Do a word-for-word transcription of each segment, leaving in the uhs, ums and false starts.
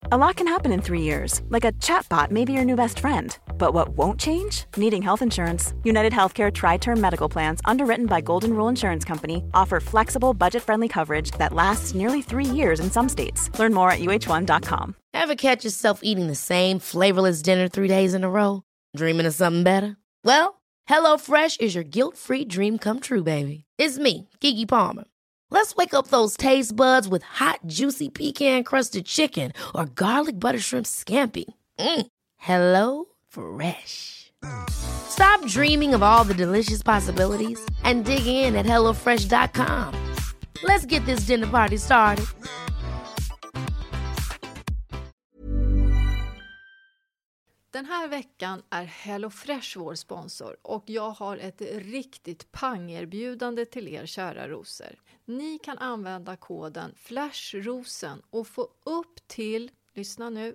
A lot can happen in three years, like a chatbot may be your new best friend. But what won't change? Needing health insurance. United Healthcare Tri-Term Medical Plans, underwritten by Golden Rule Insurance Company, offer flexible, budget-friendly coverage that lasts nearly three years in some states. Learn more at U H one dot com. Ever catch yourself eating the same flavorless dinner three days in a row? Dreaming of something better? Well, HelloFresh is your guilt-free dream come true, baby. It's me, Keke Palmer. Let's wake up those taste buds with hot, juicy pecan-crusted chicken or garlic butter shrimp scampi. Mm. Hello Fresh. Stop dreaming of all the delicious possibilities and dig in at hello fresh dot com. Let's get this dinner party started. Den här veckan är HelloFresh vår sponsor och jag har ett riktigt pangerbjudande till er kära rosor. Ni kan använda koden FLASHROSEN och få upp till, lyssna nu,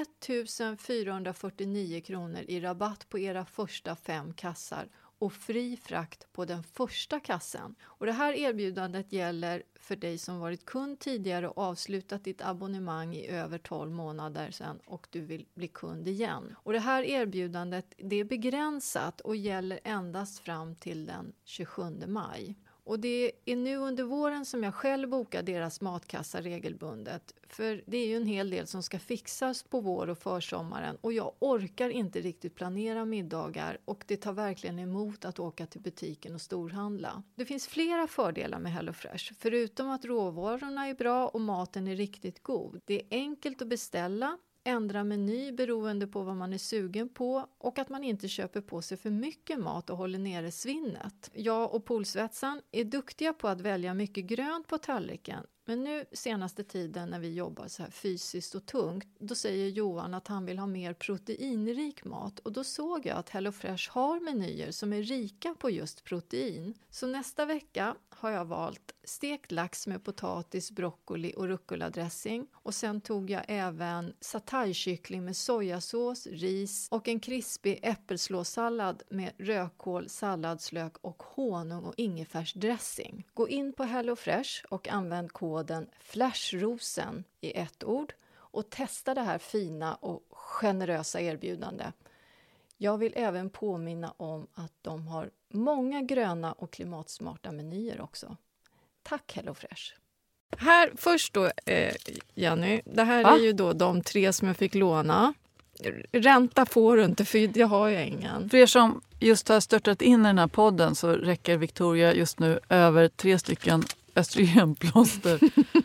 ettusensfyrahundrafyrtionio kronor i rabatt på era första fem kassar och fri frakt på den första kassen. Och det här erbjudandet gäller för dig som varit kund tidigare och avslutat ditt abonnemang i över tolv månader sedan och du vill bli kund igen. Och det här erbjudandet, det är begränsat och gäller endast fram till den tjugosjunde maj. Och det är nu under våren som jag själv bokar deras matkassa regelbundet. För det är ju en hel del som ska fixas på vår- och försommaren. Och jag orkar inte riktigt planera middagar. Och det tar verkligen emot att åka till butiken och storhandla. Det finns flera fördelar med HelloFresh. Förutom att råvarorna är bra och maten är riktigt god. Det är enkelt att beställa. Ändra meny beroende på vad man är sugen på och att man inte köper på sig för mycket mat och håller nere svinnet. Jag och poolsvetsan är duktiga på att välja mycket grönt på tallriken. Men nu senaste tiden när vi jobbar så här fysiskt och tungt, då säger Johan att han vill ha mer proteinrik mat. Och då såg jag att HelloFresh har menyer som är rika på just protein. Så nästa vecka har jag valt stekt lax med potatis, broccoli och rucola-dressing. Och sen tog jag även satay-kyckling med sojasås, ris och en krispig äppelslåssallad med rödkål, salladslök och honung och ingefärsdressing. Gå in på HelloFresh och använd koden FLASHROSEN i ett ord och testa det här fina och generösa erbjudande. Jag vill även påminna om att de har många gröna och klimatsmarta menyer också. Tack HelloFresh! Här först då, eh, Jenny, det här Va? är ju då de tre som jag fick låna. Ränta får du inte, för jag har ju ingen. För er som just har störtat in i den här podden så räcker Victoria just nu över tre stycken östrogenplåster.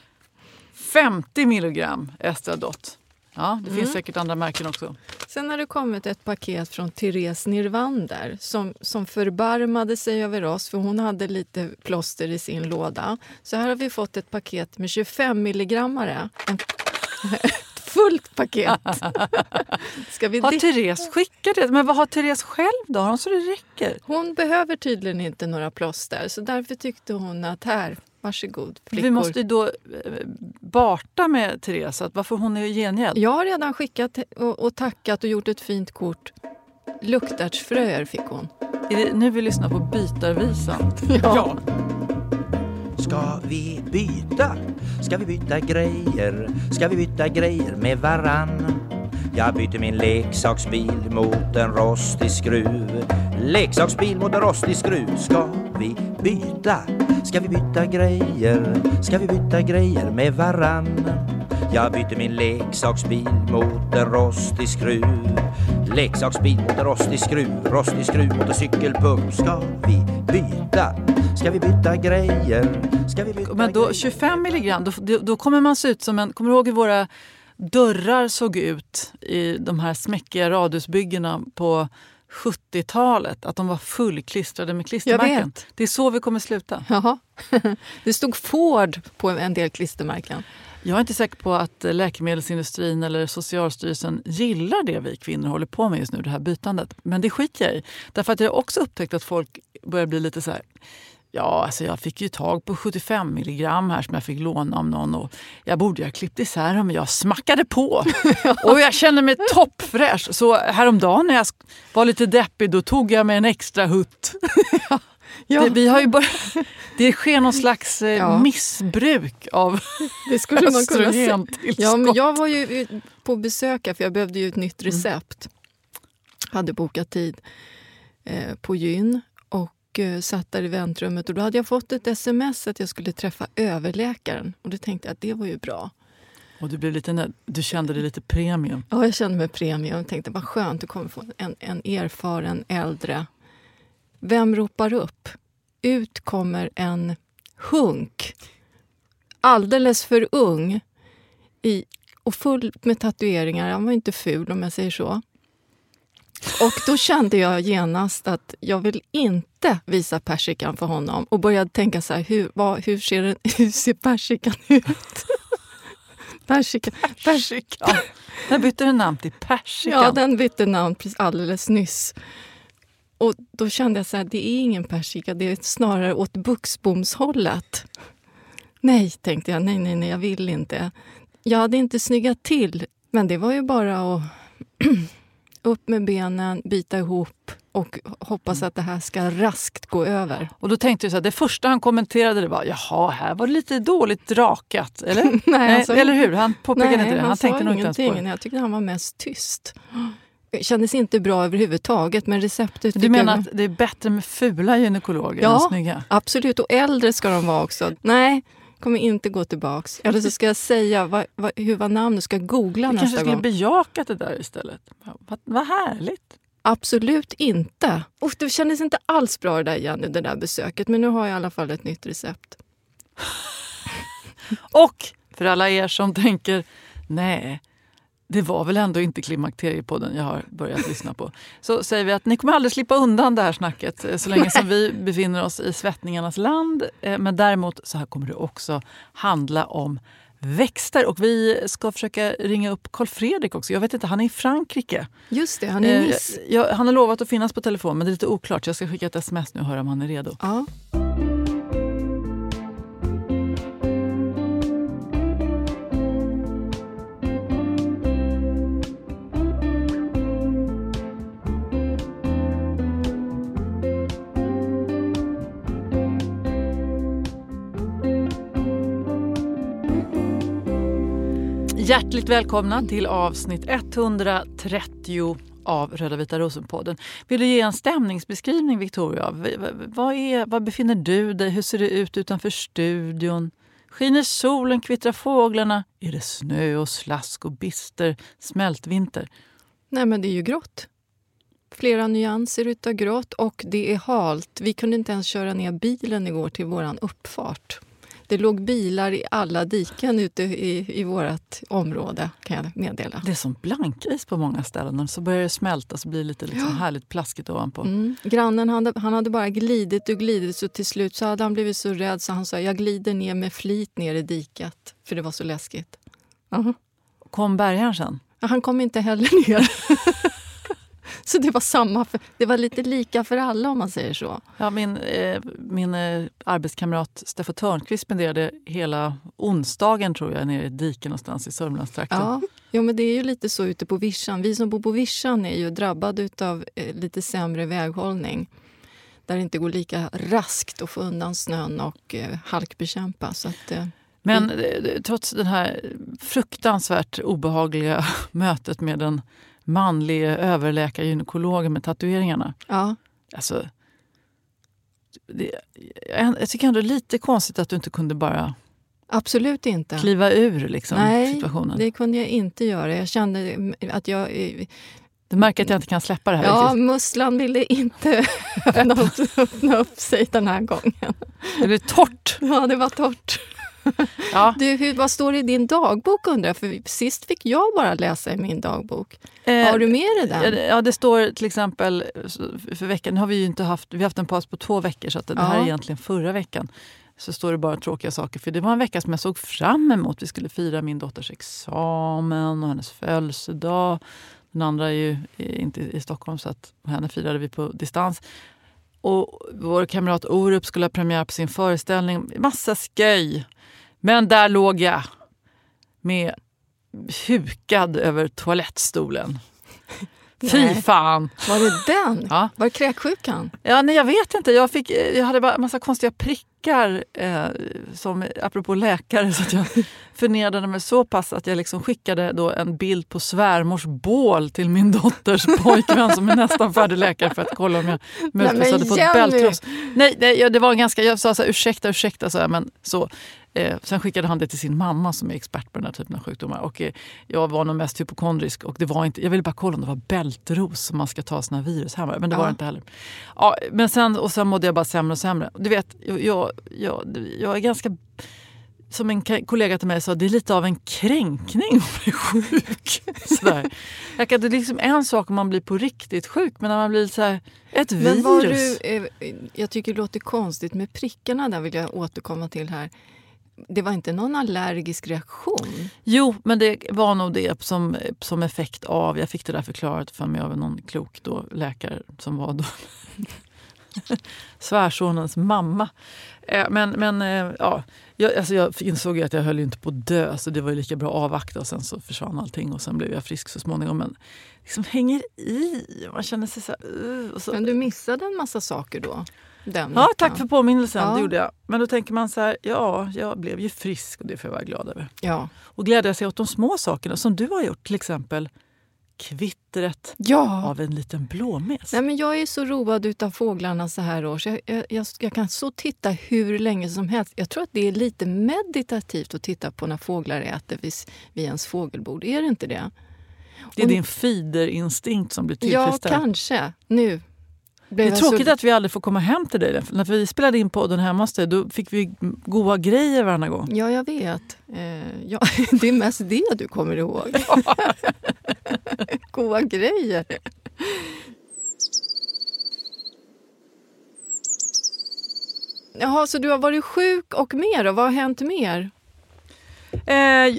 femtio milligram Estradot. Ja, det mm. finns säkert andra märken också. Sen har det kommit ett paket från Therese Nirvander som, som förbarmade sig över oss för hon hade lite plåster i sin låda. Så här har vi fått ett paket med tjugofem milligrammare. En, ett fullt paket. Ska vi har di- Therese skickat det? Men vad har Therese själv då? Har hon så det räcker? Hon behöver tydligen inte några plåster så därför tyckte hon att här... Varsågod, flickor. Vi måste ju då barta med Therese, att varför hon är gengäld. Jag har redan skickat och, och tackat och gjort ett fint kort. Luktärtsfröer fick hon. Är det, nu vill vi lyssna på bytarvisan. Ja. ja. Ska vi byta? Ska vi byta grejer? Ska vi byta grejer med varann? Jag byter min leksaksbil mot en rostig skruv. Leksaksbil mot en rostig skruv. Ska vi byta? Ska vi byta grejer? Ska vi byta grejer med varann? Jag byter min leksaksbil mot en rostig skruv. Leksaksbil mot en rostig skruv. Rostig skruv mot en cykelpump. Ska vi byta? Ska vi byta grejer? Ska vi byta Men då tjugofem milligram, då, då kommer man se ut som en... Kommer du ihåg hur våra dörrar såg ut i de här smäckiga radhusbyggena på sjuttiotalet? Att de var fullklistrade med klistermärken. Det är så vi kommer sluta. Jaha. Det stod Ford på en del klistermärken. Jag är inte säker på att läkemedelsindustrin eller Socialstyrelsen gillar det vi kvinnor håller på med just nu, det här bytandet. Men det skiter jag i. Därför att jag har också upptäckt att folk börjar bli lite så här... Ja, alltså jag fick ju tag på sjuttiofem milligram här som jag fick låna om någon. Och jag borde ju ha klippt isär dem, men jag smackade på. Och jag känner mig toppfräsch. Så häromdagen när jag var lite deppig, då tog jag mig en extra hutt. Ja. Det, vi har ju bara, det sker någon slags eh, ja. missbruk av det skulle man kunna säga. Ja, men jag var ju på besök för jag behövde ju ett nytt recept. Mm. Hade bokat tid eh, på gyn och eh, satt där i väntrummet. Och då hade jag fått ett sms att jag skulle träffa överläkaren. Och då tänkte jag att det var ju bra. Och du blev lite nöjd. Du kände dig lite premium. Ja, jag kände mig premium. Jag tänkte, vad skönt, du kommer få en, en erfaren äldre. Vem ropar upp? Ut kommer en hunk. Alldeles för ung. I, och full med tatueringar. Han var inte ful om jag säger så. Och då kände jag genast att jag vill inte visa persikan för honom. Och började tänka så här, hur, vad, hur, ser, den, hur ser persikan ut? Persikan. Persikan. Den bytte namn till persikan. Ja, den bytte namn precis alldeles nyss. Och då kände jag så här, det är ingen persika, det är snarare åt buxbomshållet. Nej, tänkte jag, nej, nej, nej, jag vill inte. Jag hade inte snyggat till, men det var ju bara att upp med benen, bita ihop och hoppas att det här ska raskt gå över. Och då tänkte jag så här, det första han kommenterade det var, jaha, här var det lite dåligt drakat, eller? nej, nej, eller hur? Han påpekade nej, inte det. Han, han tänkte nog inte ens på det. Jag tyckte han var mest tyst. Det kändes inte bra överhuvudtaget, men receptet... Du menar jag... att det är bättre med fula gynekologer ja, än snygga? Ja, absolut. Och äldre ska de vara också. Nej, kommer inte gå tillbaks. Eller så ska jag säga vad, vad, hur var namnet, ska googla du nästa gång. Du kanske skulle bejaka det där istället. Vad, vad härligt. Absolut inte. Och det kändes inte alls bra det där, Jenny, det där besöket. Men nu har jag i alla fall ett nytt recept. Och för alla er som tänker, nej, det var väl ändå inte Klimakteriepodden jag har börjat lyssna på. Så säger vi att ni kommer aldrig slippa undan det här snacket så länge som vi befinner oss i svettningarnas land. Men däremot så här kommer det också handla om växter. Och vi ska försöka ringa upp Carl Fredrik också. Jag vet inte, han är i Frankrike. Just det, han är i Nice. Eh, jag, han har lovat att finnas på telefon, men det är lite oklart. Så jag ska skicka ett sms nu och höra om han är redo. Ja. Hjärtligt välkomna till avsnitt etthundratrettio av Röda Vita Rosen-podden. Vill du ge en stämningsbeskrivning, Victoria? Vad, är, vad befinner du dig? Hur ser det ut utanför studion? Skiner solen, kvittrar fåglarna? Är det snö och slask och bister smältvinter? Nej, men det är ju grått. Flera nyanser utav grått och det är halt. Vi kunde inte ens köra ner bilen igår till våran uppfart. Det låg bilar i alla diken ute i, i vårt område, kan jag meddela. Det är som blankis på många ställen. Och så börjar det smälta så blir det lite liksom ja. härligt plaskigt ovanpå. Mm. Grannen han, han hade bara glidit och glidit så till slut så hade han blivit så rädd så han sa jag glider ner med flit ner i diket. För det var så läskigt. Uh-huh. Kom bärgaren sen? Ja, han kom inte heller ner. Så det var samma, för, det var lite lika för alla om man säger så. Ja, min eh, min eh, arbetskamrat Steffo Törnqvist spenderade hela onsdagen tror jag nere i diken någonstans i Sörmlandstrakten. Ja, jo, men det är ju lite så ute på Vischan. Vi som bor på Vischan är ju drabbade av eh, lite sämre väghållning. Där det inte går lika raskt att få undan snön och eh, halkbekämpa. Så att, eh, men vi... trots den här fruktansvärt obehagliga mötet med den manliga överläkare gynekologen med tatueringarna. Ja. Alltså, det, jag, jag tycker ändå det är lite konstigt att du inte kunde bara absolut inte kliva ur liksom, Nej, situationen. Nej, det kunde jag inte göra. Jag kände att jag... Du märker att jag inte kan släppa det här. Ja, riktigt. Musslan ville inte öppna, upp, öppna upp sig den här gången. Det är torrt. Ja, det var torrt. Ja. Du, hur, vad står det i din dagbok undrar? För sist fick jag bara läsa i min dagbok. Eh, har du med det där? Ja, det står till exempel för veckan. Nu har vi ju inte haft, vi har haft en paus på två veckor så att det ja. här är egentligen förra veckan. Så står det bara tråkiga saker. För det var en vecka som jag såg fram emot. Vi skulle fira min dotters examen och hennes födelsedag. Den andra är ju inte i Stockholm så att henne firade vi på distans. Och vår kamrat Orup skulle ha premiär på sin föreställning. Massa sköj. Men där låg jag med hukad över toalettstolen. Fy Nej. fan! Var det den? Ja. Var det kräksjukan? Ja, nej, jag vet inte. Jag, fick, jag hade bara en massa konstiga prickar, eh, som, apropå läkare, så att jag förnedrade mig så pass att jag liksom skickade då en bild på svärmors bål till min dotters pojkvän som är nästan färdig läkare för att kolla om jag möjligtvis hade fått bältros. Nej, nej, det var ganska, jag sa så här, ursäkta, ursäkta, så här, men så. Eh, sen skickade han det till sin mamma som är expert på den här typen av sjukdomar. Och eh, jag var nog mest hypokondrisk. Och det var inte, jag ville bara kolla om det var bältros som man ska ta såna virus här. Men det ja. var det inte heller. Ja, men sen, och sen mådde jag bara sämre och sämre. Du vet, jag, jag, jag, jag är ganska... Som en kollega till mig sa, det är lite av en kränkning att bli sjuk. Sådär. Jag kan, det är liksom en sak om man blir på riktigt sjuk. Men när man blir så här, ett virus. Men var du, eh, jag tycker det låter konstigt med prickarna, där vill jag återkomma till här. Det var inte någon allergisk reaktion? Jo, men det var nog det som, som effekt av... Jag fick det där förklarat för mig av någon klok då, läkare som var då svärsonens mamma. Eh, men men eh, ja, jag, alltså jag insåg ju att jag höll ju inte på att dö, så det var ju lika bra att avvakta, och sen så försvann allting och sen blev jag frisk så småningom. Men liksom hänger i, man känner sig så här... Uh, och så. Men du missade en massa saker då? Den ja, tack för påminnelsen, ja. Det gjorde jag. Men då tänker man så här, ja, jag blev ju frisk och det får jag vara glad över. Ja. Och glädja sig åt de små sakerna som du har gjort, till exempel kvittret ja. av en liten blåmes. Nej, men jag är så road utav fåglarna så här år, så jag, jag, jag, jag kan så titta hur länge som helst. Jag tror att det är lite meditativt att titta på när fåglar äter vid, vid ens fågelbord. Är det inte det? Det är och, din fiderinstinkt som blir tillfredsställd. Ja, kanske. Nu. Det är tråkigt så... att vi aldrig får komma hem till dig. När vi spelade in podden hemma hos dig, då fick vi goda grejer varje gång. Ja, jag vet. Eh, ja, det är mest det du kommer ihåg. Goda grejer. Jaha, så du har varit sjuk och mer, och vad har hänt mer? Eh,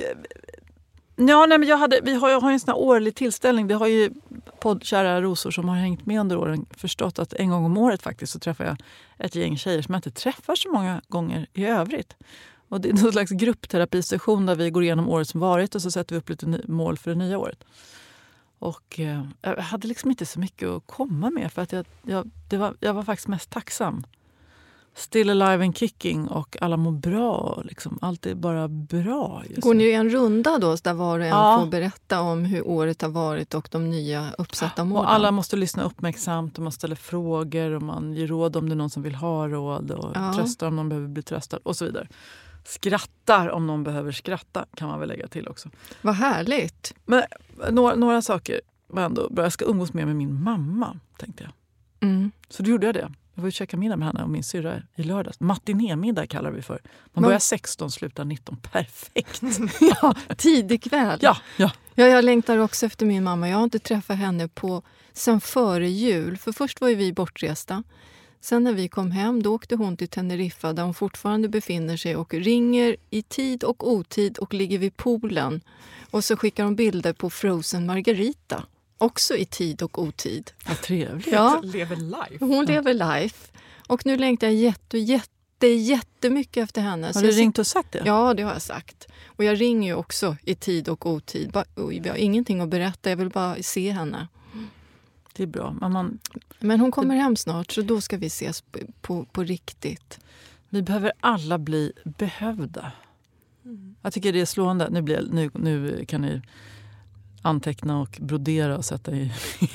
ja, nej, men jag, hade, vi har, jag har en sån här årlig tillställning. Det har ju poddkära rosor som har hängt med under åren förstått att en gång om året faktiskt så träffar jag ett gäng tjejer som jag inte träffar så många gånger i övrigt. Och det är någon slags gruppterapisession där vi går igenom året som varit och så sätter vi upp lite ny- mål för det nya året. Och eh, jag hade liksom inte så mycket att komma med för att jag, jag, det var, jag var faktiskt mest tacksam. Still alive and kicking och alla mår bra. Liksom. Allt är bara bra. Just Går nu. ni en runda då där var och en Ja. får berätta om hur året har varit och de nya uppsatta målen? Och alla måste lyssna uppmärksamt och man ställer frågor och man ger råd om det är någon som vill ha råd och Ja. tröstar om någon behöver bli tröstad och så vidare. Skrattar om någon behöver skratta kan man väl lägga till också. Vad härligt. Men några, några saker var ändå bra. Jag ska umgås mer med min mamma, tänkte jag. Mm. Så då gjorde jag det. Jag var ju käka middag med henne och min syrra i lördags. Matinémiddag kallar vi för. Man Men- börjar sexton, slutar nitton. Perfekt. Ja, tidig kväll. Ja, ja. Ja, jag längtar också efter min mamma. Jag har inte träffat henne på sen före jul. För först var ju vi bortresta. Sen när vi kom hem, då åkte hon till Teneriffa där hon fortfarande befinner sig och ringer i tid och otid och ligger vid poolen. Och så skickar hon bilder på frozen margarita. Också i tid och otid. Vad trevligt. Ja. Lever life. Hon lever life. Och nu längtar jag jätte, jätte, jättemycket efter henne. Har Så du jag sit- ringt och sagt det? Ja, det har jag sagt. Och jag ringer ju också i tid och otid. Ba- oj, jag har ingenting att berätta, jag vill bara se henne. Det är bra. Men man, Men hon kommer hem snart, så då ska vi ses på, på, på riktigt. vi behöver alla bli behövda. Jag tycker det är slående. Nu, blir, nu, nu kan ni anteckna och brodera och sätta i,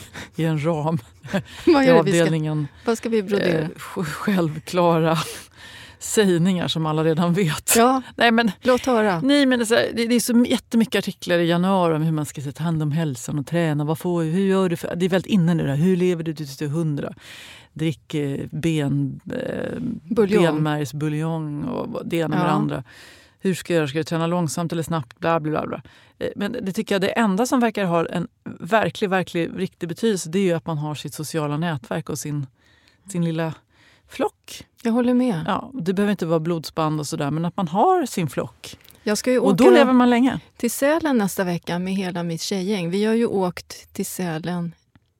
i en ram. Vad I är det vi ska, avdelningen vad ska vi brodera? eh, sj- självklara sägningar som alla redan vet. Ja, Nej, men, låt höra. nej, men det, är så, det, det är så jättemycket artiklar i januari om hur man ska ta hand om hälsan och träna. Vad får, hur gör du? För, det är väldigt inne nu. Då. Hur lever du till hundra? Drick eh, ben, eh, Buljong. benmärgsbuljong och det ena med Ja. det andra. Hur ska jag göra? Ska jag träna långsamt eller snabbt? Bla, bla, bla, bla. Eh, Men det tycker jag det enda som verkar ha en verklig, verklig, riktig betydelse, det är ju att man har sitt sociala nätverk och sin, sin lilla flock. Jag håller med. Ja, det behöver inte vara blodsband och sådär, men att man har sin flock. Jag ska ju Och åka då lever man länge. till Sälen nästa vecka med hela mitt tjejgäng. Vi har ju åkt till Sälen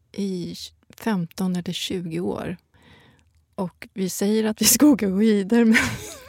i femton eller tjugo år. Och vi säger att vi ska åka skidor, men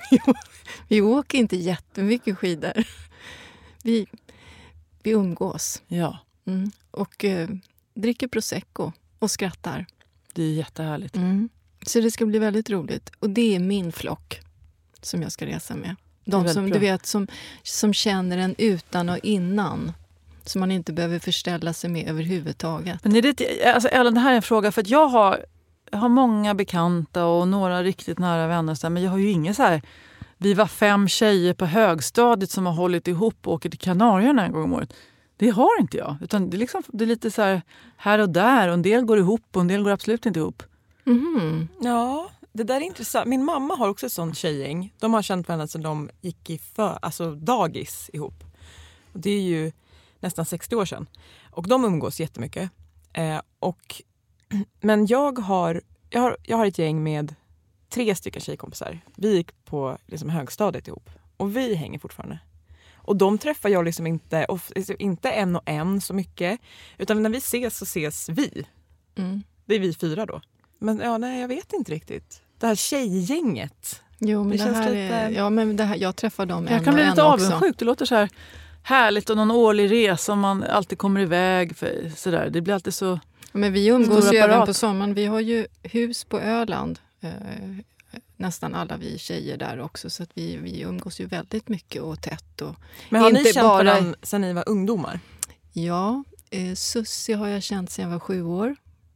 vi åker inte jättemycket skidor. Vi, vi umgås. Ja. Mm. Och eh, dricker prosecco och skrattar. Det är jättehärligt. Mm. Så det ska bli väldigt roligt. Och det är min flock som jag ska resa med. De som bra. du vet som, som känner en utan och innan. Som man inte behöver förställa sig med överhuvudtaget. Men är det, alltså Ellen, det här är en fråga. För att jag har, jag har många bekanta och några riktigt nära vänner. Så här, men jag har ju inga så här... Vi var fem tjejer på högstadiet som har hållit ihop och åker till Kanarierna en gång om året. Det har inte jag. Utan det är, liksom, det är lite så här, här och där. Och en del går ihop och en del går absolut inte ihop. Mm. Ja, det där är intressant. Min mamma har också ett sånt tjejgäng. De har känt varandra sedan de gick i för, alltså dagis ihop. Och det är ju nästan sextio år sedan. Och de umgås jättemycket. Eh, och, men jag har, jag, har, jag har ett gäng med tre stycken tjejkompisar. Vi gick på liksom, högstadiet ihop. Och vi hänger fortfarande. Och de träffar jag liksom inte, och, inte en och en så mycket. Utan när vi ses så ses vi. Mm. Det är vi fyra då. Men ja, nej, jag vet inte riktigt. Det här tjejgänget. Jo, men Det det, känns här lite- är... Ja, men det här, jag träffar dem en Jag kan och bli en lite också. avundsjuk. Det låter så här härligt och någon årlig resa om man alltid kommer iväg. För, så där. Det blir alltid så... Men vi umgås Stora ju även apparat. på sommaren. Vi har ju hus på Öland. Eh, nästan alla vi tjejer där också. Så att vi, vi umgås ju väldigt mycket och tätt. Och Men har ni inte känt bara- varandra sedan ni var ungdomar? Ja, eh, Sussi har jag känt sedan jag var sju år.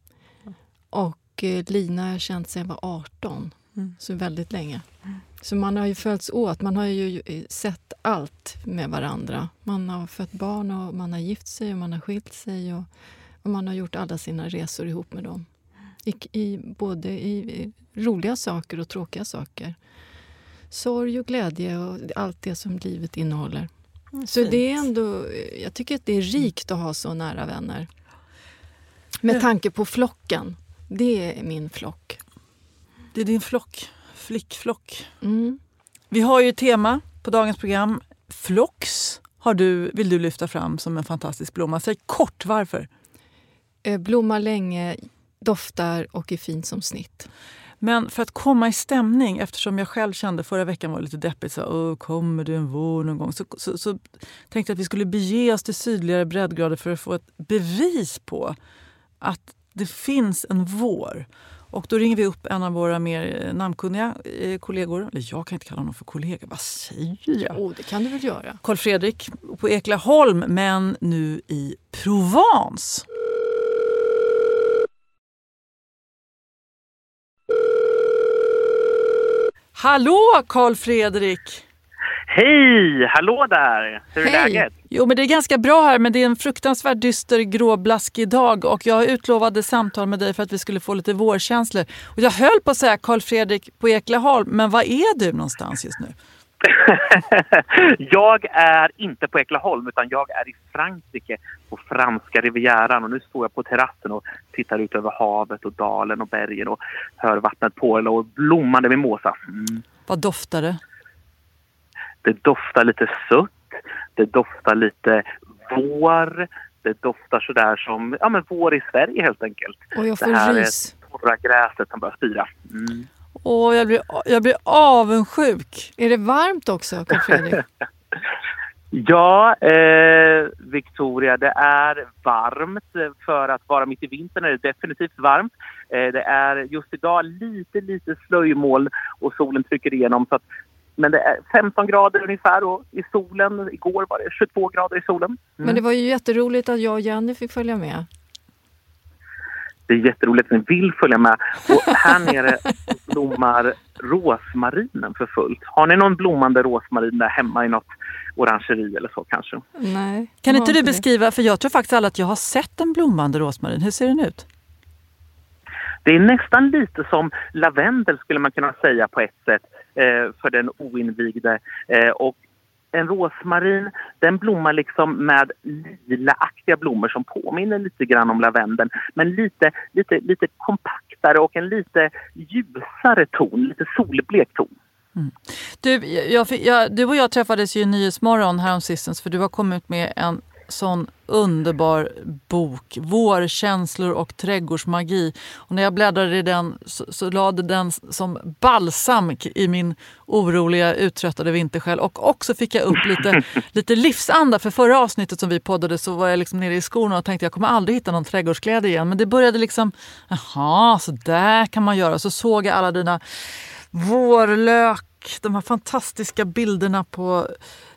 Och eh, Lina har jag känt sedan jag var arton. Mm. Så väldigt länge. Så man har ju följts åt. Man har ju eh, sett allt med varandra. Man har fött barn och man har gift sig och man har skilt sig. Och, och man har gjort alla sina resor ihop med dem. I, i, både i, i roliga saker och tråkiga saker. Sorg och glädje och allt det som livet innehåller. Så fint. det är ändå, jag tycker att det är rikt att ha så nära vänner. Med tanke på flocken. Det är min flock. Det är din flock. Flickflock. Mm. Vi har ju ett tema på dagens program. Flox har du, vill du lyfta fram som en fantastisk blomma. Säg kort varför. Eh, Blommar länge, doftar och är fint som snitt. Men för att komma i stämning, eftersom jag själv kände förra veckan var lite deppigt, så Åh, kommer det en vår någon gång? Så, så, så tänkte jag att vi skulle bege oss till sydligare breddgrader för att få ett bevis på att det finns en vår. Och då ringer vi upp en av våra mer namnkunniga eh, kollegor. Eller jag kan inte kalla honom för kollega, vad säger jag? Oh, det kan du väl göra? Carl Fredrik på Eklaholm, men nu i Provence. Hallå Carl Fredrik! Hej! Hallå där! Hur är Hej. läget? Jo, men det är ganska bra här, men det är en fruktansvärt dyster, gråblaskig dag och jag utlovade samtal med dig för att vi skulle få lite vårkänslor. Och jag höll på att säga Carl Fredrik på Eklaholm, men var är du någonstans just nu? Jag är inte på Eklaholm utan jag är i Frankrike på franska rivieran och nu står jag på terrassen och tittar ut över havet och dalen och bergen och hör vattnet porla och blommande mimosa. Mm. Vad doftar det? Det doftar lite sutt, det doftar lite vår, det doftar sådär som ja, men vår i Sverige helt enkelt. Och jag Det får här rys. är torra gräset som börjar spira. Mm. Åh, jag blir, jag blir avundsjuk. Är det varmt också, Carl Fredrik? Ja, eh, Victoria, det är varmt. För att vara mitt i vintern är det definitivt varmt. Eh, det är just idag lite, lite slöjmoln och solen trycker igenom. Så att, men det är femton grader ungefär och i solen, igår var det tjugotvå grader i solen. Mm. Men det var ju jätteroligt att jag och Jenny fick följa med. Det är jätteroligt att ni vill följa med. Och här nere blommar rosmarinen för fullt. Har ni någon blommande rosmarin där hemma i något orangeri eller så kanske? Nej. Kan det inte var du det. beskriva, för jag tror faktiskt alla att jag har sett en blommande rosmarin. Hur ser den ut? Det är nästan lite som lavendel skulle man kunna säga på ett sätt eh, för den oinvigde. Eh, och en rosmarin, den blommar liksom med lilaaktiga blommor som påminner lite grann om lavendeln. Men lite, lite, lite kompaktare och en lite ljusare ton, lite solblek ton. Mm. Du, jag, jag, du och jag träffades ju i Nyhetsmorgon häromsistens för du har kommit med en sån underbar bok. Vårkänslor och trädgårdsmagi. Och när jag bläddrade i den så, så lade den som balsam i min oroliga, uttröttade vintersjäl. Och också fick jag upp lite, lite livsanda. För förra avsnittet som vi poddade så var jag liksom nere i skorna och tänkte jag kommer aldrig hitta någon trädgårdskläder igen. Men det började liksom, jaha, så där kan man göra. Så såg jag alla dina vårlök, de här fantastiska bilderna på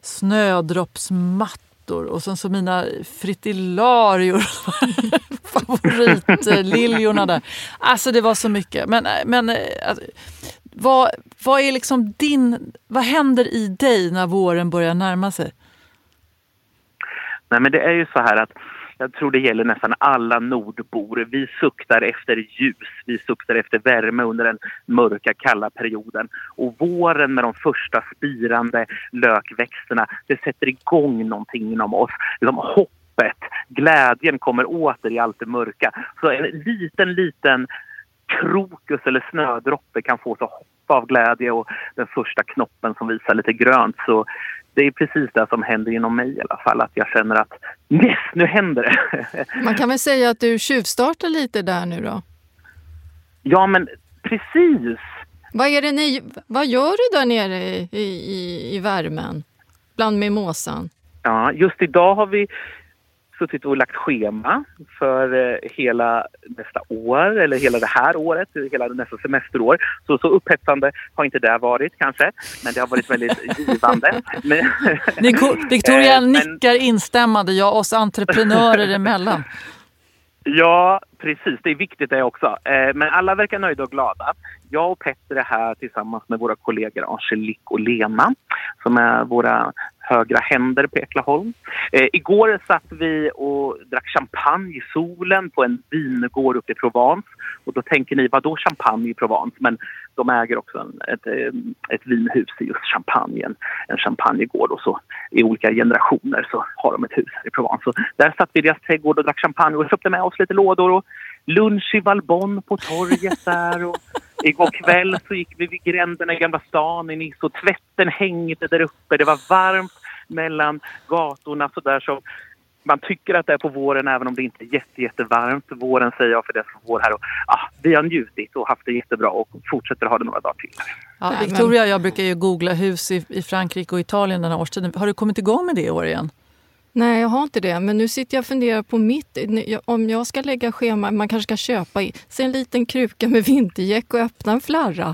snödroppsmattor och sen så mina fritillarior, favoritliljorna där. Alltså det var så mycket. Men, men alltså, vad, vad är liksom din, vad händer i dig när våren börjar närma sig? Nej, men det är ju så här att jag tror det gäller nästan alla nordbor. Vi suktar efter ljus, vi suktar efter värme under den mörka, kalla perioden. Och våren med de första spirande lökväxterna, det sätter igång någonting inom oss. Liksom hoppet, glädjen kommer åter i allt det mörka. Så en liten, liten krokus eller snödroppe kan få så hoppa av glädje och den första knoppen som visar lite grönt. Så det är precis det som händer inom mig i alla fall. Att jag känner att yes, nu händer det. Man kan väl säga att du tjuvstartar lite där nu då? Ja, men precis. Vad är det ni, vad gör du där nere i, i, i värmen? Bland mimosan? Ja, just idag har vi suttit och lagt schema för eh, hela nästa år eller hela det här året, hela nästa semesterår. Så, så upphetsande har inte det varit kanske, men det har varit väldigt givande. Men, Victoria eh, nickar instämmande, jag oss entreprenörer emellan. Ja, precis. Det är viktigt det också. Eh, men alla verkar nöjda och glada. Jag och Petter är här tillsammans med våra kollegor Angelique och Lena som är våra högra händer på Eklaholm. Eh, igår satt vi och drack champagne i solen på en vingård uppe i Provence. Och då tänker ni, vad då champagne i Provence? Men de äger också en, ett, ett vinhus i just Champagne, en champagnegård. Och så i olika generationer så har de ett hus i Provence. Så där satt vi i deras trädgård och drack champagne och köpte med oss lite lådor och lunch i Valbonne på torget där. Och igår kväll så gick vi vid gränderna i Gamla stan i Nice och tvätten hängde där uppe. Det var varmt mellan gatorna så där som man tycker att det är på våren även om det inte är jätte, jättevarmt. Våren säger jag för det är vår här. Och, ah, vi har njutit och haft det jättebra och fortsätter att ha det några dagar till. Ja, Victoria, jag brukar ju googla hus i, i Frankrike och Italien den här årstiden. Har du kommit igång med det i år igen? Nej, jag har inte det. Men nu sitter jag och funderar på mitt... Om jag ska lägga schema, man kanske ska köpa i, se en liten kruka med vintergäck och öppna en flarra.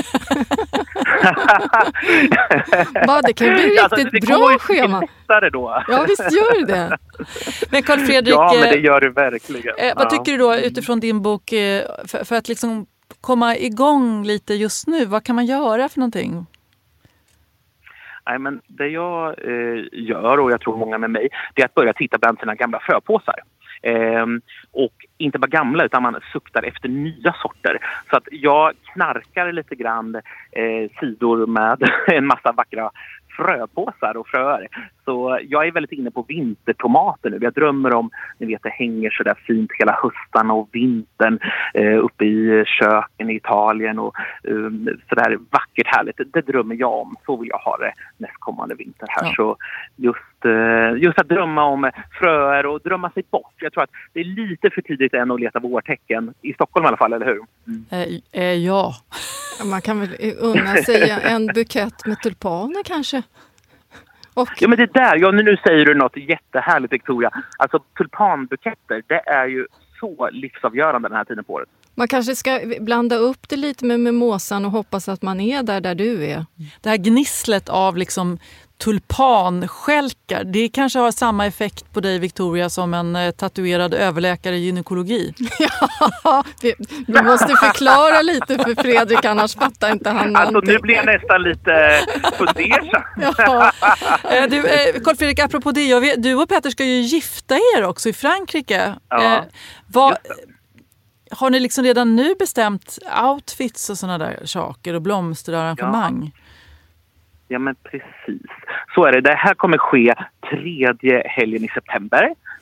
Bara, det kan bli riktigt alltså, det bra schema. Då. Ja, visst gör det. Men Carl Fredrik... Ja, men det gör det verkligen. Eh, vad tycker du då utifrån din bok eh, för, för att liksom komma igång lite just nu? Vad kan man göra för någonting? Nej, men det jag eh, gör, och jag tror många med mig, det är att börja titta bland sina gamla fröpåsar. Eh, och inte bara gamla utan man suktar efter nya sorter. Så att jag knarkar lite grann eh, sidor med en massa vackra fröpåsar och fröer. Så jag är väldigt inne på vintertomater nu. Jag drömmer om, ni vet, det hänger så där fint hela höstarna och vintern eh, uppe i köken i Italien och um, så där vackert härligt. Det drömmer jag om. Så vill jag ha det nästkommande vinter här. Ja. Så just, eh, just att drömma om fröer och drömma sig bort. Jag tror att det är lite för tidigt än att leta vårtecken. I Stockholm i alla fall, eller hur? Mm. Eh, eh, ja. Man kan väl unna sig en bukett med tulpaner kanske? Och... Ja, men det där, ja, nu säger du något jättehärligt, Victoria. Alltså tulpanbuketter, det är ju så livsavgörande den här tiden på året. Man kanske ska blanda upp det lite med mimosan och hoppas att man är där där du är. Det här gnisslet av liksom tulpanskälkar, det kanske har samma effekt på dig, Victoria, som en eh, tatuerad överläkare i gynekologi. Ja, det, du måste förklara lite för Fredrik, annars fattar inte han alltså, någonting. Nu blir jag nästan lite fundersam. Ja. eh, du, eh, Carl Fredrik, apropå det, jag vet, du och Petter ska ju gifta er också i Frankrike. Ja, eh, vad, har ni liksom redan nu bestämt outfits och såna där saker och blomsterarrangemang? Ja. Ja, men precis. Så är det. Det här kommer ske tredje helgen i september.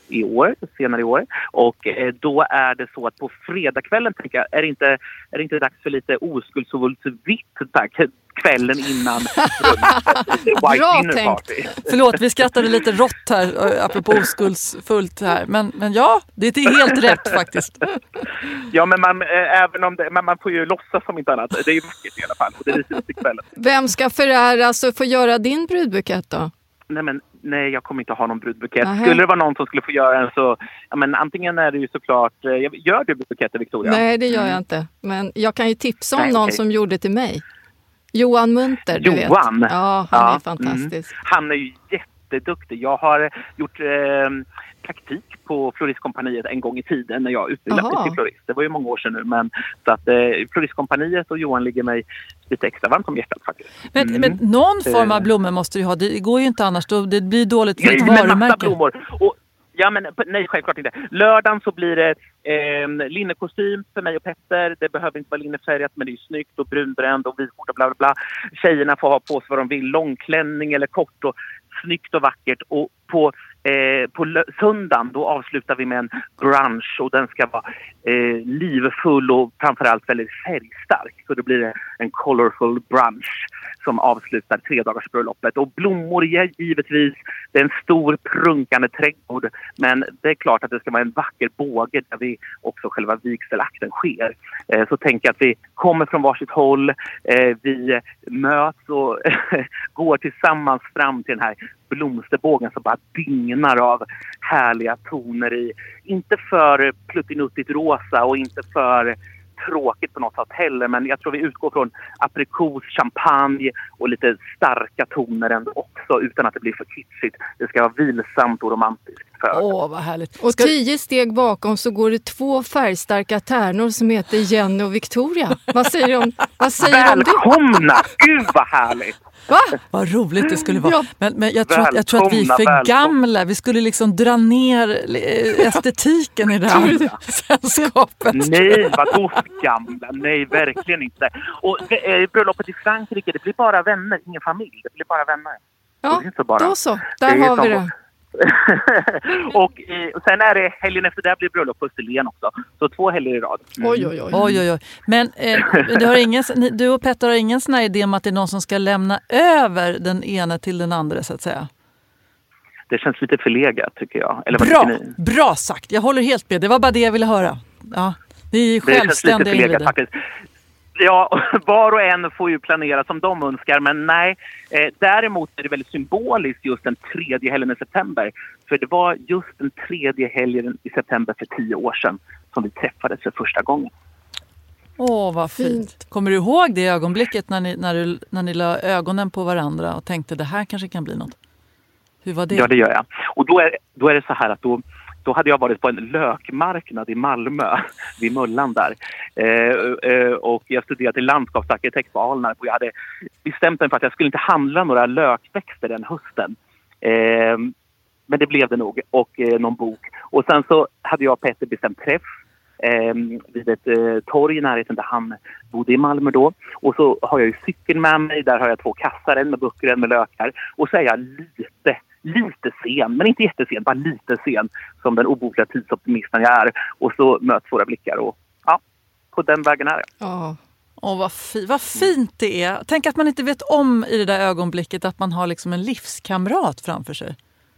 i år, senare i år. Och eh, då är det så att på fredagskvällen tänker jag, är det inte, är det inte dags för lite oskuldsvitt tack? Kvällen innan White Bra Dinner tänkt. Party. Förlåt, vi skrattade lite rått här, apropå oskuldsfullt här. Men, men ja, det är helt rätt faktiskt. Ja, men man, äh, även om det, man, man får ju låtsas som inte annat. Det är ju vackert i alla fall. Och det visar sig kvällen. Vem ska föräras och få göra din brudbukett då? Nej, men nej, jag kommer inte ha någon brudbukett. Nähä. Skulle det vara någon som skulle få göra en så... Ja, men antingen är det ju såklart... Eh, gör du buketter, Victoria? Nej, det gör jag inte. Men jag kan ju tipsa om Nej, någon okej. som gjorde till mig. Johan Munter, du Johan? vet. Ja, han Ja, är fantastisk. Mm. Han är ju jätteduktig. Jag har gjort eh, praktik på Floristkompaniet en gång i tiden när jag utbildade mig Aha. till florist. Det var ju många år sedan nu. Men så att eh, Floristkompaniet och Johan ligger mig lite extra varmt om hjärtat faktiskt. Men, Mm. men någon form av blommor måste du ha. Det går ju inte annars. Då, det blir dåligt för Nej, ett med massa varumärke. blommor. Och, ja, men nej, självklart inte. Lördagen så blir det eh, linnekostym för mig och Petter. Det behöver inte vara linnefärgat, men det är ju snyggt och brunbränd och vitskjorta och bla bla bla. Tjejerna får ha på sig vad de vill. Långklänning eller kort och snyggt och vackert. Och på, eh, på lö- söndagen då avslutar vi med en brunch och den ska vara eh, livfull och framförallt väldigt färgstark. Så det blir en colorful brunch som avslutar tredagarsbröllopet. Och blommor är givetvis, det är en stor prunkande trädgård, men det är klart att det ska vara en vacker båge där vi också själva vigselakten sker. Eh, så tänker jag att vi kommer från varsitt håll, eh, vi möts och går tillsammans fram till den här blomsterbågen som bara dignar av härliga toner i, inte för pluttinuttigt rosa och inte för tråkigt på något sätt heller, men jag tror vi utgår från aprikos, champagne och lite starka toner ändå också utan att det blir för kitschigt. Det ska vara vilsamt och romantiskt. Åh, vad härligt. Och Ska- tio steg bakom så går det två färgstarka tärnor som heter Jenny och Victoria. Vad säger du om, vad säger du om det? Välkomna! Gud vad härligt! Va? Vad roligt det skulle vara. Ja. Men, men jag, tror att, jag tror att vi är för Välkomna, gamla. Vi skulle liksom dra ner eh, estetiken i det här sällskapet. Nej, vadå för gamla? Nej, verkligen inte. Och eh, bröllopet i Frankrike, det blir bara vänner, ingen familj. Det blir bara vänner. Ja, Det är inte bara- då så. Det Där är har vi som- det. och, eh, och sen är det helgen efter det blir bröllop på Österlen också. Så två helger i rad. Mm. Oj, oj, oj. Oj, oj, oj. Men eh, du, har ingen, ni- du och Petter har ingen sån här idé om att det är någon som ska lämna över den ena till den andra, så att säga? Det känns lite förlegat tycker jag. Eller vad Bra, tycker ni? bra sagt. Jag håller helt med. Det var bara det jag ville höra. Ja, ni är ju Det känns lite självständiga förlegat individer. faktiskt. Ja, var och en får ju planera som de önskar, men nej. Eh, däremot är det väldigt symboliskt just den tredje helgen i september. För det var just den tredje helgen i september för tio år sedan som vi träffades för första gången. Åh, vad fint. Fint. Kommer du ihåg det ögonblicket när ni, när, du, när ni la ögonen på varandra och tänkte det här kanske kan bli något? Hur var det? Ja, det gör jag. Och då är, då är det så här att då, då hade jag varit på en lökmarknad i Malmö, vid Möllan där. Eh, eh, och jag studerade till landskapsarkitekt på Alnarp och jag hade bestämt mig för att jag skulle inte handla några lökväxter den hösten. Eh, men det blev det nog, och eh, någon bok. Och sen så hade jag och Petter bestämt träff eh, vid ett eh, torg i närheten där han bodde i Malmö då. Och så har jag ju cykeln med mig, där har jag två kassar, en med böcker, en med lökar. Och så är jag lite, lite sen, men inte jättesen, bara lite sen som den obotliga tidsoptimisten jag är. Och så möts våra blickar och ja, på den vägen är jag. Ja. Åh, vad, fi- vad fint det är. Tänk att man inte vet om i det där ögonblicket att man har liksom en livskamrat framför sig.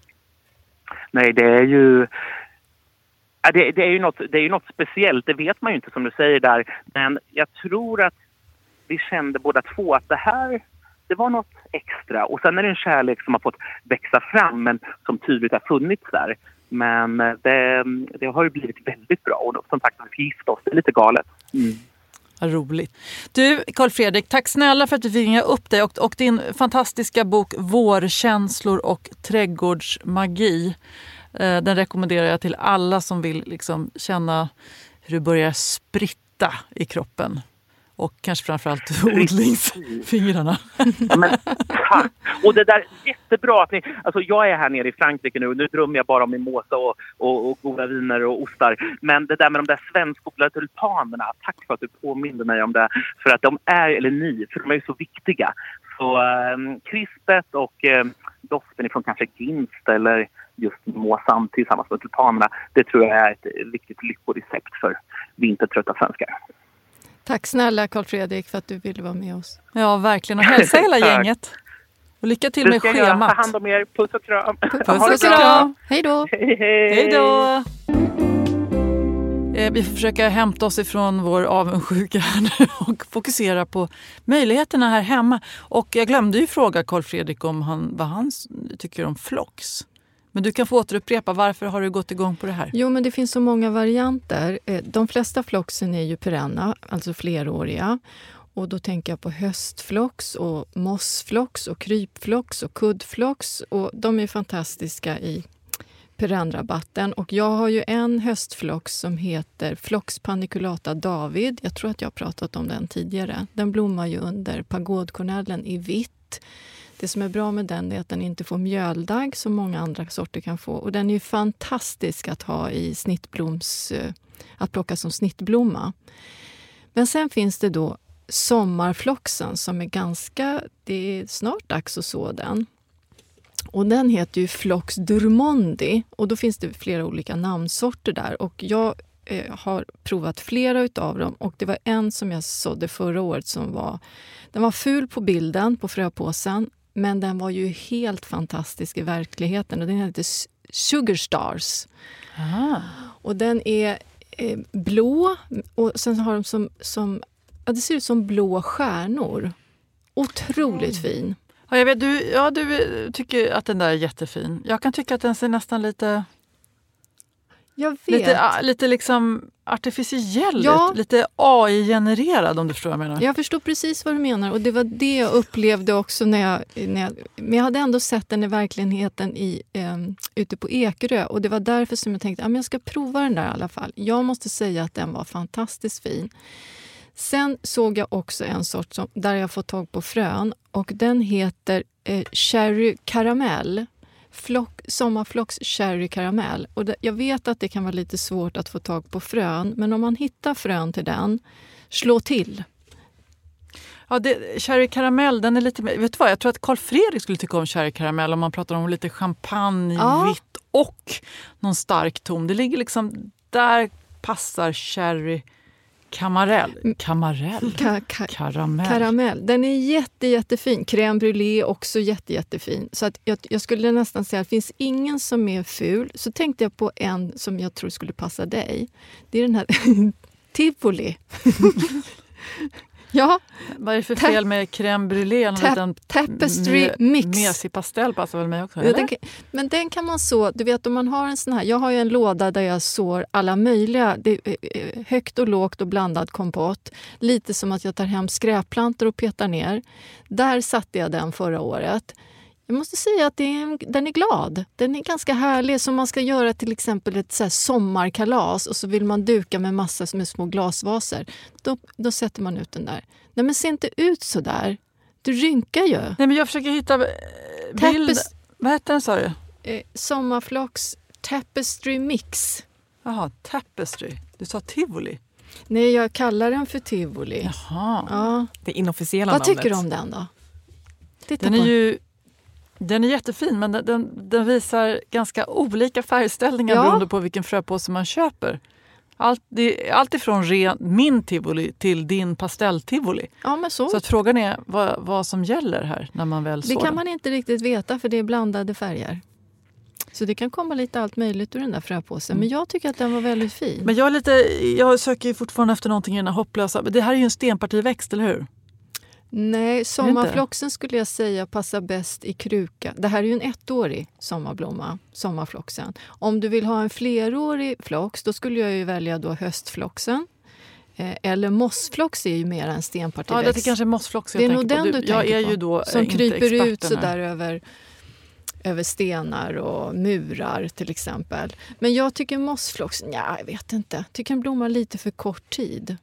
Nej, det är ju... Ja, det, det, är ju något, det är ju något speciellt, det vet man ju inte som du säger där. Men jag tror att vi kände båda två att det här, det var något extra. Och sen är det en kärlek som har fått växa fram men som tydligt har funnits där. Men det, det har ju blivit väldigt bra och som sagt, vi gifte oss, det är lite galet. Mm. Vad roligt. Du, Carl Fredrik, tack snälla för att du fick ringa upp dig och, och din fantastiska bok Vårkänslor och trädgårdsmagi. Eh, den rekommenderar jag till alla som vill liksom känna hur det börjar spritta i kroppen. Och kanske framförallt odlingsfingrarna. Ja, men tack! Och det där är jättebra att ni... Alltså jag är här nere i Frankrike nu. Nu drömmer jag bara om mimosa och, och, och goda viner och ostar. Men det där med de där svenskodlade tulpanerna, tack för att du påminner mig om det. För att de är, eller ni, för de är ju så viktiga. Så eh, krispet och eh, doften ifrån kanske ginst eller just mimosan tillsammans med tulpanerna. Det tror jag är ett viktigt lyckorecept för vintertrötta svenskar. Tack snälla Carl Fredrik för att du ville vara med oss. Ja, verkligen. Och hälsa hela gänget. Och lycka till med schemat. Ta hand om er. Puss och kram. Puss och kram. Hej då. Hej, hej. Hej då. Vi får försöka hämta oss ifrån vår avundsjuka här nu och fokusera på möjligheterna här hemma. Och jag glömde ju fråga Carl Fredrik om han, vad han tycker om flox. Men du kan få återupprepa, varför har du gått igång på det här? Jo, men det finns så många varianter. De flesta floxen är ju perenna, alltså fleråriga. Och då tänker jag på höstflox och mossflox och krypflox och kuddflox. Och de är fantastiska i perennrabatten. Och jag har ju en höstflox som heter Flox paniculata David. Jag tror att jag har pratat om den tidigare. Den blommar ju under pagodkornellen i vitt. Det som är bra med den är att den inte får mjöldagg som många andra sorter kan få. Och den är ju fantastisk att ha i snittbloms, att plocka som snittblomma. Men sen finns det då sommarfloxen som är ganska, det är snart dags att så den. Och den heter ju Flox Durmondi och då finns det flera olika namnsorter där. Och jag eh, har provat flera utav dem och det var en som jag sådde förra året som var, den var ful på bilden på fröpåsen men den var ju helt fantastisk i verkligheten och den heter Sugar Stars. Aha. Och den är eh, blå och sen har de som, som ja, det ser ut som blå stjärnor. Otroligt fin. Ja, jag vet, du, ja, du tycker att den där är jättefin. Jag kan tycka att den ser nästan lite... Jag vet. Lite, lite liksom artificiell ja. ut. Lite A I-genererad om du förstår vad jag menar. Jag förstår precis vad du menar. Och det var det jag upplevde också när jag... När jag men jag hade ändå sett den i verkligheten i, eh, ute på Ekerö. Och det var därför som jag tänkte att jag ska prova den där i alla fall. Jag måste säga att den var fantastiskt fin. Sen såg jag också en sort som, där jag fått tag på frön. Och den heter eh, Cherry Caramel. Flock, sommarflox Cherry Caramel. Och det, jag vet att det kan vara lite svårt att få tag på frön. Men om man hittar frön till den, slå till. Ja, det, Cherry Caramel, den är lite mer... Vet du vad, jag tror att Carl Fredrik skulle tycka om Cherry Caramel om man pratar om lite champagne, ja. vitt och någon stark ton. Det ligger liksom... Där passar Cherry Kamarell. Kamarell. Ka- ka- Karamell. Karamell. Den är jätte, jättefin. Crème brûlée också jätte, jättefin. Så att jag, jag skulle nästan säga att det finns ingen som är ful. Så tänkte jag på en som jag tror skulle passa dig. Det är den här Tivoli. Ja. Vad är det för fel med crème brûlée? En Ta- liten tapestry me- mix. Mesig pastell passar väl mig också? Ja, den kan, men den kan man så, du vet om man har en sån här, jag har ju en låda där jag sår alla möjliga, det är högt och lågt och blandad kompott. Lite som att jag tar hem skräpplantor och petar ner. Där satte jag den förra året. Jag måste säga att det är en, den är glad. Den är ganska härlig. Som man ska göra till exempel ett så här sommarkalas och så vill man duka med massor med små glasvaser. Då, då sätter man ut den där. Nej men se inte ut så där. Du rynkar ju. Nej men jag försöker hitta bild. Tapes- Vad heter den sa du? Eh, sommarflox Tapestry Mix. Jaha, Tapestry. Du sa Tivoli. Nej, jag kallar den för Tivoli. Jaha. Ja. Det inofficiella Vad namnet. tycker du om den då? Titta Den på är ju den är jättefin men den, den, den visar ganska olika färgställningar Ja. beroende på vilken fröpåse man köper. Allt, det, allt ifrån ren, min tivoli till din pastelltivoli. Ja, men så. Så att frågan är vad, vad som gäller här när man väl Det sår kan den. man inte riktigt veta för det är blandade färger. Så det kan komma lite allt möjligt ur den där fröpåsen. Men jag tycker att den var väldigt fin. Men jag, är lite, jag söker ju fortfarande efter någonting i den här hopplösa. Det här är ju en stenpartiväxt, eller hur? Nej, sommarfloxen skulle jag säga passar bäst i kruka. Det här är ju en ettårig sommarblomma, sommarfloxen. Om du vill ha en flerårig flox, då skulle jag ju välja då höstfloxen. Eh, eller mossflox är ju mer en stenpartiväxt. Ja, det är kanske mossflox jag det är tänker nog den på. du, Du, jag tänker är på. ju då som inte kryper ut experten så här. där över, över stenar och murar till exempel. Men jag tycker mossflox, ja, jag vet inte. Jag tycker den blommar lite för kort tid.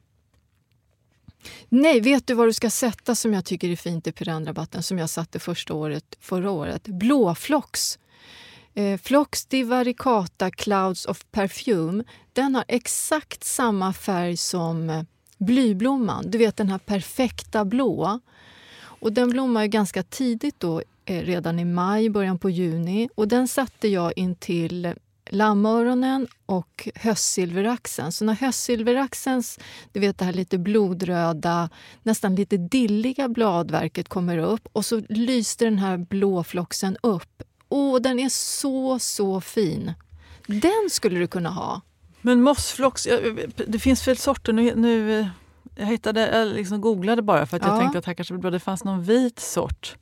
Nej, vet du vad du ska sätta som jag tycker är fint i perennrabatten som jag satte första året, förra året? Blåflox. Eh, Flox divaricata Clouds of Perfume. Den har exakt samma färg som eh, blyblomman. Du vet den här perfekta blå. Och den blommar ju ganska tidigt då eh, redan i maj, början på juni. Och den satte jag in till lammöronen och höstsilveraxeln. Så när höstsilveraxelns, du vet det här lite blodröda, nästan lite dilliga bladverket kommer upp och så lyste den här blåfloxen upp. Åh, den är så, så fin. Den skulle du kunna ha. Men mossflox, det finns fel sorter. Nu, nu, jag hittade, jag liksom googlade bara för att jag Ja. tänkte att här kanske det fanns någon vit sort.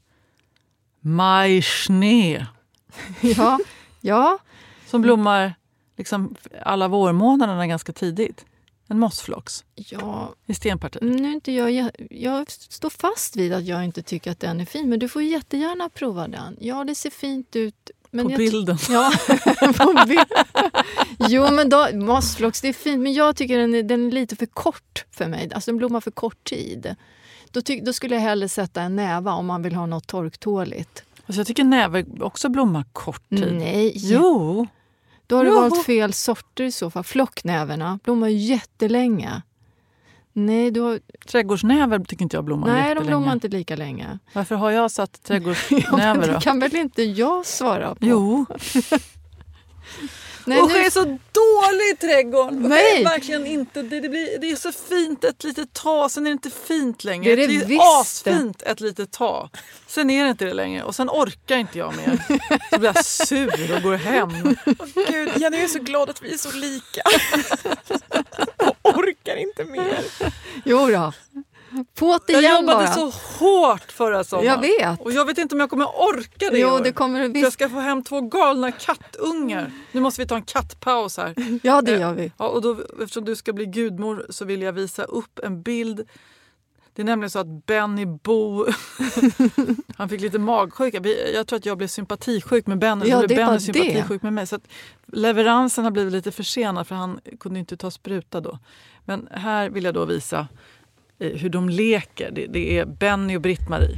Majsne. Ja, ja. Som blommar liksom alla vårmånaderna ganska tidigt. En mossflox Ja, i stenpartiet. nu är inte jag, jag, jag står fast vid att jag inte tycker att den är fin. Men du får jättegärna prova den. Ja, det ser fint ut. Men På jag, bilden. Ja, på bild. Jo, men då, mossflox, det är fint. Men jag tycker den är, den är lite för kort för mig. Alltså den blommar för kort tid. Då, ty, då skulle jag hellre sätta en näva om man vill ha något torktåligt. Alltså jag tycker näver också blommar kort tid. Nej. Jo. Då har du Jo. valt fel sorter i så fall. Flocknäverna blommar ju jättelänge. Nej, då, Trädgårdsnäver tycker inte jag blommar nej jättelänge. de blommar inte lika länge. Varför har jag satt Ja, men trädgårdsnäver då? det kan väl inte jag svara på? Jo. Nej, Usch, nu, jag är så dålig i trädgården. Nej. Det är verkligen inte. Det, det, blir, det är så fint ett litet tag, sen är det inte fint längre. Det är det det är visst. asfint ett litet tag. Sen är det inte det längre. Och sen orkar inte jag mer. Så blir jag sur och går hem. Åh, Gud, Jenny, jag är så glad att vi är så lika. Och orkar inte mer. jo då. På't Jag igen jobbade bara. så hårt förra sommaren. Jag vet. Och jag vet inte om jag kommer orka det i Jo, år. det kommer du För jag visst. ska få hem två galna kattungar. Nu måste vi ta en kattpaus här. Ja, det gör vi. Ja, och då, eftersom du ska bli gudmor så vill jag visa upp en bild. Det är nämligen så att Benny Bo han fick lite magsjuka. Vi- Jag tror att jag blev sympatisjuk med Benny. Ja, så blev det var Benny det. sympatisjuk med mig. Så att leveransen har blivit lite försenad för han kunde inte ta spruta då. Men här vill jag då visa eh, hur de leker. Det, det är Benny och Britt-Marie.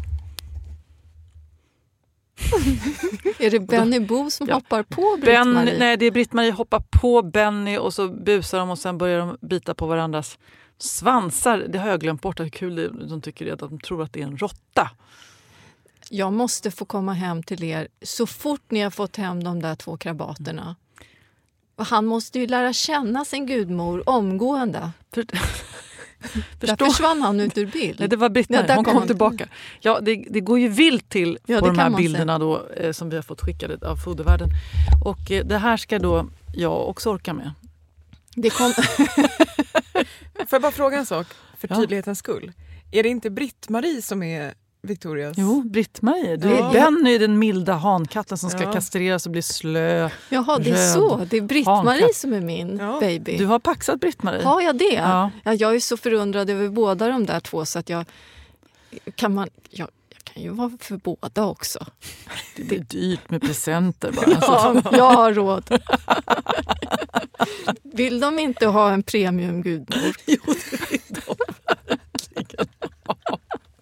Är det Benny Bo som Ja. hoppar på Ben, Britt-Marie? nej, det är Britt-Marie hoppar på Benny och så busar de och sen börjar de bita på varandras svansar. Det har jag glömt bort hur kul det, de tycker det är att de tror att det är en råtta. Jag måste få komma hem till er så fort ni har fått hem de där två krabaterna. Och han måste ju lära känna sin gudmor omgående. För, Där förstå, försvann han ut ur bild. nej, det var Ja, Britt-Marie, där hon kom kom han. tillbaka. Ja, det, det går ju vilt till Ja, på det de kan här man bilderna då, eh, som vi har fått skickade av fodervärlden. Och eh, det här ska då jag också orka med. Det kom... Får jag bara fråga en sak för Ja. tydlighetens skull? Är det inte Britt-Marie som är Victorias? Jo, Britt-Marie. Det är Ja. Benny, den milda hankatten som ska Ja. kastreras och bli slö. Jaha, det är Röd så. Det är Britt-Marie hankatt. som är min Ja. baby. Du har paxat Britt-Marie. Har jag det? Ja. Ja, jag är så förundrad över båda de där två så att jag... Kan man... Jag, jag kan ju vara för båda också. Det blir dyrt med presenter bara. Ja, jag har råd. Vill de inte ha en premiumgudmor? Jo, det vill de verkligen ha.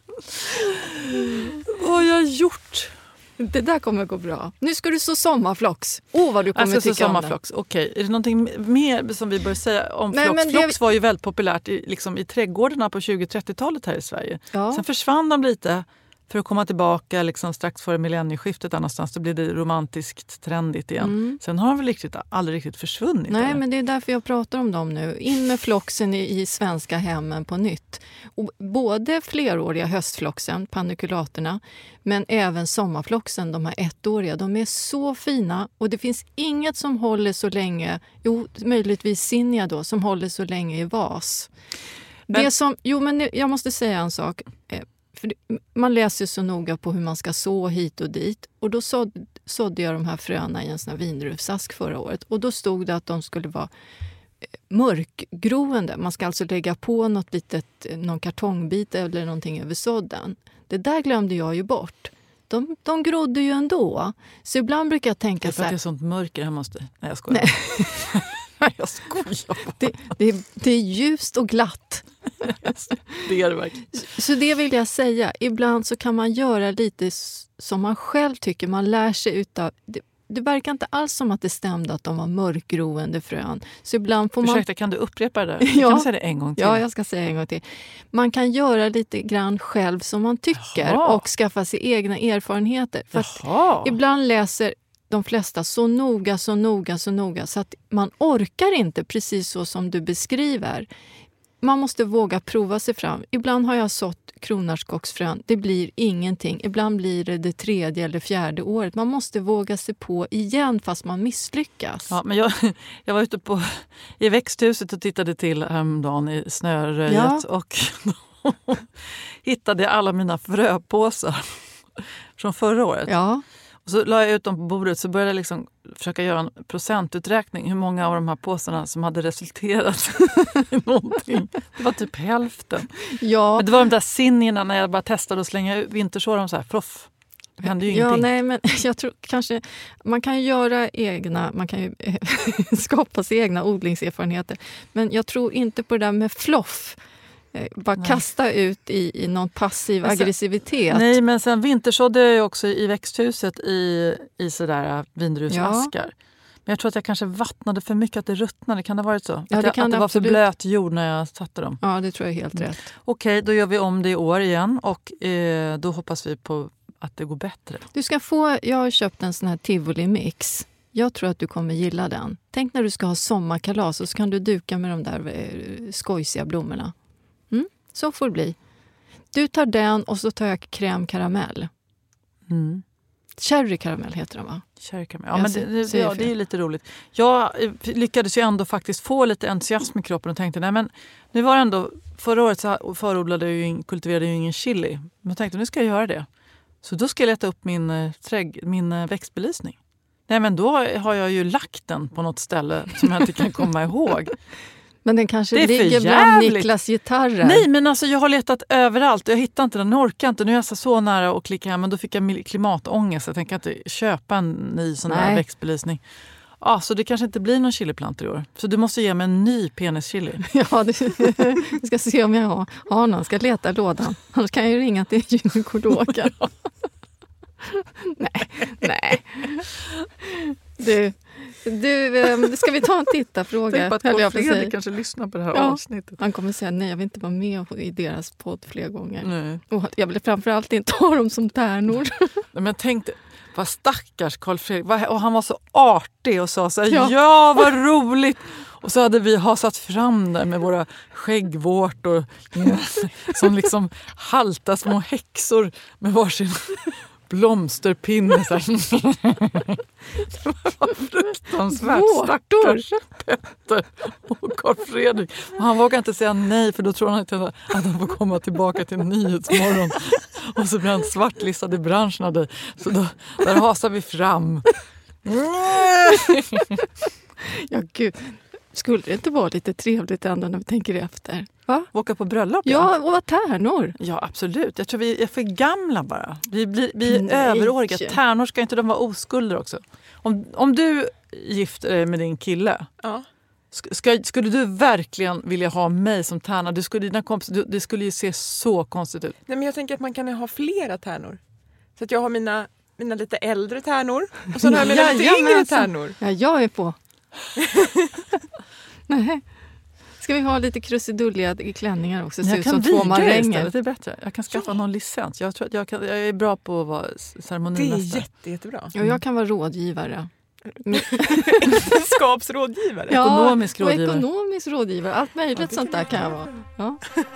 Vad har jag gjort? Det där kommer gå bra. Nu ska du så sommarflox. Åh, oh, vad du kommer Alltså så tycka om den. sommarflox. Okej, är det någonting mer som vi bör säga om Nej, flox? men det- Flox var ju väldigt populärt i, liksom, i trädgårdarna på tjugo-trettiotalet här i Sverige. Ja. Sen försvann de lite för att komma tillbaka liksom, strax före millennieskiftet där någonstans. Då blev det romantiskt trendigt igen. Mm. Sen har de väl riktigt, aldrig riktigt försvunnit. Nej, eller? men det är därför jag pratar om dem nu. In med floxen i, i svenska hemmen på nytt. Och både fleråriga höstfloxen, paniculaterna, men även sommarfloxen, de här ettåriga. De är så fina och det finns inget som håller så länge, jo möjligtvis zinnia då, som håller så länge i vas. Men- Det som, jo men nu- jag måste säga en sak. Eh, För det- man läser så noga på hur man ska så hit och dit. Och då såd, sådde jag de här fröna i en sån här vindruvsask förra året. Och då stod det att de skulle vara eh, mörkgroende. Man ska alltså lägga på något litet, eh, någon kartongbit eller någonting över sådden. Det där glömde jag ju bort. De, de grodde ju ändå. Så ibland brukar jag Det är tänka för så att det är här. sånt mörker hemma hos dig. Nej, jag skojar. Nej. jag skojar bara. Det, det, är- det är ljust och glatt. Det är det verkligen. Så det vill jag säga. Ibland så kan man göra lite s- som man själv tycker. Man lär sig utav... Det, det verkar inte alls som att det stämde att de var mörkgroende frön. Så ibland får man... Ursäkta, kan du upprepa det? Ja. Kan du säga det en gång till? Ja, jag ska säga en gång till. Man kan göra lite grann själv som man tycker. Jaha. Och skaffa sig egna erfarenheter. För att Jaha. ibland läser de flesta så noga, så noga, så noga. Så att man orkar inte precis så som du beskriver. Man måste våga prova sig fram. Ibland har jag sått kronärtskocksfrön. Det blir ingenting. Ibland blir det det tredje eller fjärde året. Man måste våga sig på igen fast man misslyckas. Ja, men jag, jag var ute på, i växthuset och tittade till häromdagen i snöröjet Ja. och då hittade jag alla mina fröpåsar från förra året. Ja. Och så la jag ut dem på bordet så började jag liksom försöka göra en procentuträkning hur många av de här påsarna som hade resulterat i någonting. Det var typ hälften. Ja. Men det var de där sinnena när jag bara testade att slänga ut vintersår och så här, floff. Det hände ju Ja, ingenting. nej, men jag tror kanske man kan ju göra egna, man kan ju skapa sig egna odlingserfarenheter. Men jag tror inte på det där med floff. Eh, Bara Nej. kasta ut i, i någon passiv Men sen- aggressivitet. Nej, men sen vintersådde jag ju också i växthuset i, i sådär vindrusaskar. Men jag tror att jag kanske vattnade för mycket, att det ruttnade. Kan det ha varit så? Ja, att det jag, kan att det det var för absolut. blöt jord när jag satte dem. Ja, det tror jag är helt rätt. Okej, då gör vi om det i år igen och eh, då hoppas vi på att det går bättre. Du ska få, jag har köpt en sån här Tivoli-mix. Jag tror att du kommer gilla den. Tänk när du ska ha sommarkalas och så kan du duka med de där eh, skojsiga blommorna. Mm? Så får det bli. Du tar den och så tar jag crème caramel. Mm. Cherry caramel heter den, va? Kärkamel. Jag Ja, men ser- det, det, säger ja, fel. det är ju lite roligt. Jag eh, lyckades ju ändå faktiskt få lite entusiasm i kroppen och tänkte, nej men nu var det ändå, förra året så förodlade jag ju, in- kultiverade jag ju ingen chili. Men jag tänkte, nu ska jag göra det. Så då ska jag leta upp min, eh, trägg, min eh, växtbelysning. Nej, men då har jag ju lagt den på något ställe som jag inte kan komma ihåg. Men den kanske Det är för ligger bland jävligt. Niklas gitarrer. Nej, men alltså jag har letat överallt. Jag hittar inte den, jag orkar inte. Nu är jag så, så nära att klicka hem, men då fick jag mil- klimatångest. Jag tänker inte köpa en ny sån där Nej. växtbelysning. Ja, så det kanske inte blir någon chiliplantor i år. Så du måste ge mig en ny penischili. Ja, det, jag ska se om jag har, har någon. Ska leta i lådan. Annars kan jag ju ringa till gynekologen. nej, nej. Du, du, ehm, ska vi ta en tittarfråga? Tänk på att höll Carl jag på att säga. Fredrik kanske lyssnar på det här Ja. avsnittet. Han kommer säga nej, jag vill inte vara med i deras podd fler gånger. Nej. Och jag vill framförallt inte ha dem som tärnor. Nej, men tänk dig, vad stackars Carl Fredrik. Vad- Och han var så artig och sa så här, ja. Ja. vad roligt. Och så hade vi hasat fram där med våra skäggvårtor mm, som liksom halta små häxor med varsin blomsterpinne. Så här. Det var fruktansvärt. Vårtor. Stackars Petter och Carl Fredrik. Och han vågar inte säga nej, för då tror han inte att han får komma tillbaka till Nyhetsmorgon. Och så blir han svartlistad i branschen av dig. Så då, där hasar vi fram. Ja, gud. Skulle det inte vara lite trevligt ändå när vi tänker efter? Va? Åka på bröllop? Ja, och vara tärnor. Ja, absolut. Jag tror vi är för gamla bara. Vi, blir, vi är Nej. överåriga. Tärnor ska inte de vara oskulder också. Om, om du gifter dig med din kille, Ja. sk- ska, skulle du verkligen vilja ha mig som tärna? Du skulle, dina kompisar, du, det skulle ju se så konstigt ut. Nej, men jag tänker att man kan ha flera tärnor. Så att jag har mina, mina lite äldre tärnor och sen har jag mina lite yngre Jajamensan. tärnor. Ja, jag är på. Nej. Ska vi ha lite krusidulliga klänningar också? Men Se jag ut kan som två viga maränger. istället, det är bättre. Jag kan skaffa någon licens. Jag tror att jag, kan, jag är bra på att vara Det är ceremonimästare. jätte, jättebra. Ja, jag kan vara rådgivare. Skapsrådgivare. Ekonomisk ja, rådgivare. Och ekonomisk rådgivare. Allt möjligt Ja, det sånt kan där vi kan jag göra. vara. Ja.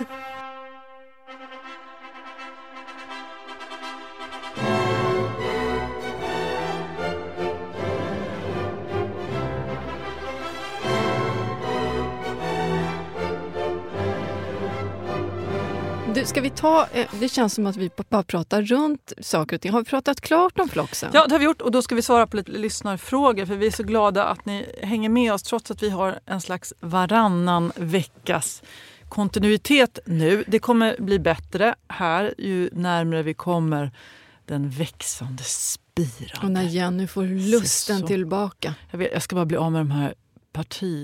Du, ska vi ta, eh, det känns som att vi bara pratar runt saker och ting. Har vi pratat klart om floxen? Ja, det har vi gjort, och då ska vi svara på lite lyssnarfrågor, för vi är så glada att ni hänger med oss trots att vi har en slags varannan veckas kontinuitet nu. Det kommer bli bättre här ju närmare vi kommer den växande spiran. Och när Jenny får lusten Så. tillbaka. Jag, vet, jag ska bara bli av med de här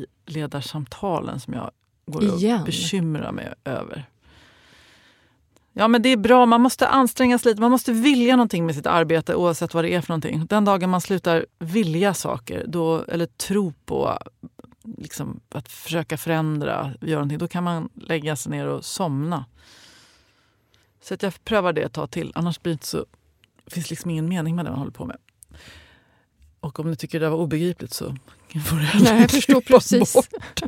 partiledarsamtalen som jag går Igen? och bekymrar mig över. Ja, men det är bra. Man måste anstränga sig lite. Man måste vilja någonting med sitt arbete oavsett vad det är för någonting. Den dagen man slutar vilja saker då, eller tro på liksom, att försöka förändra, göra någonting, då kan man lägga sig ner och somna. Så att jag prövar det ett tag till. Annars blir det så, finns liksom ingen mening med det man håller på med. Och om ni tycker det var obegripligt så får det Nej, jag förstår precis. Bort.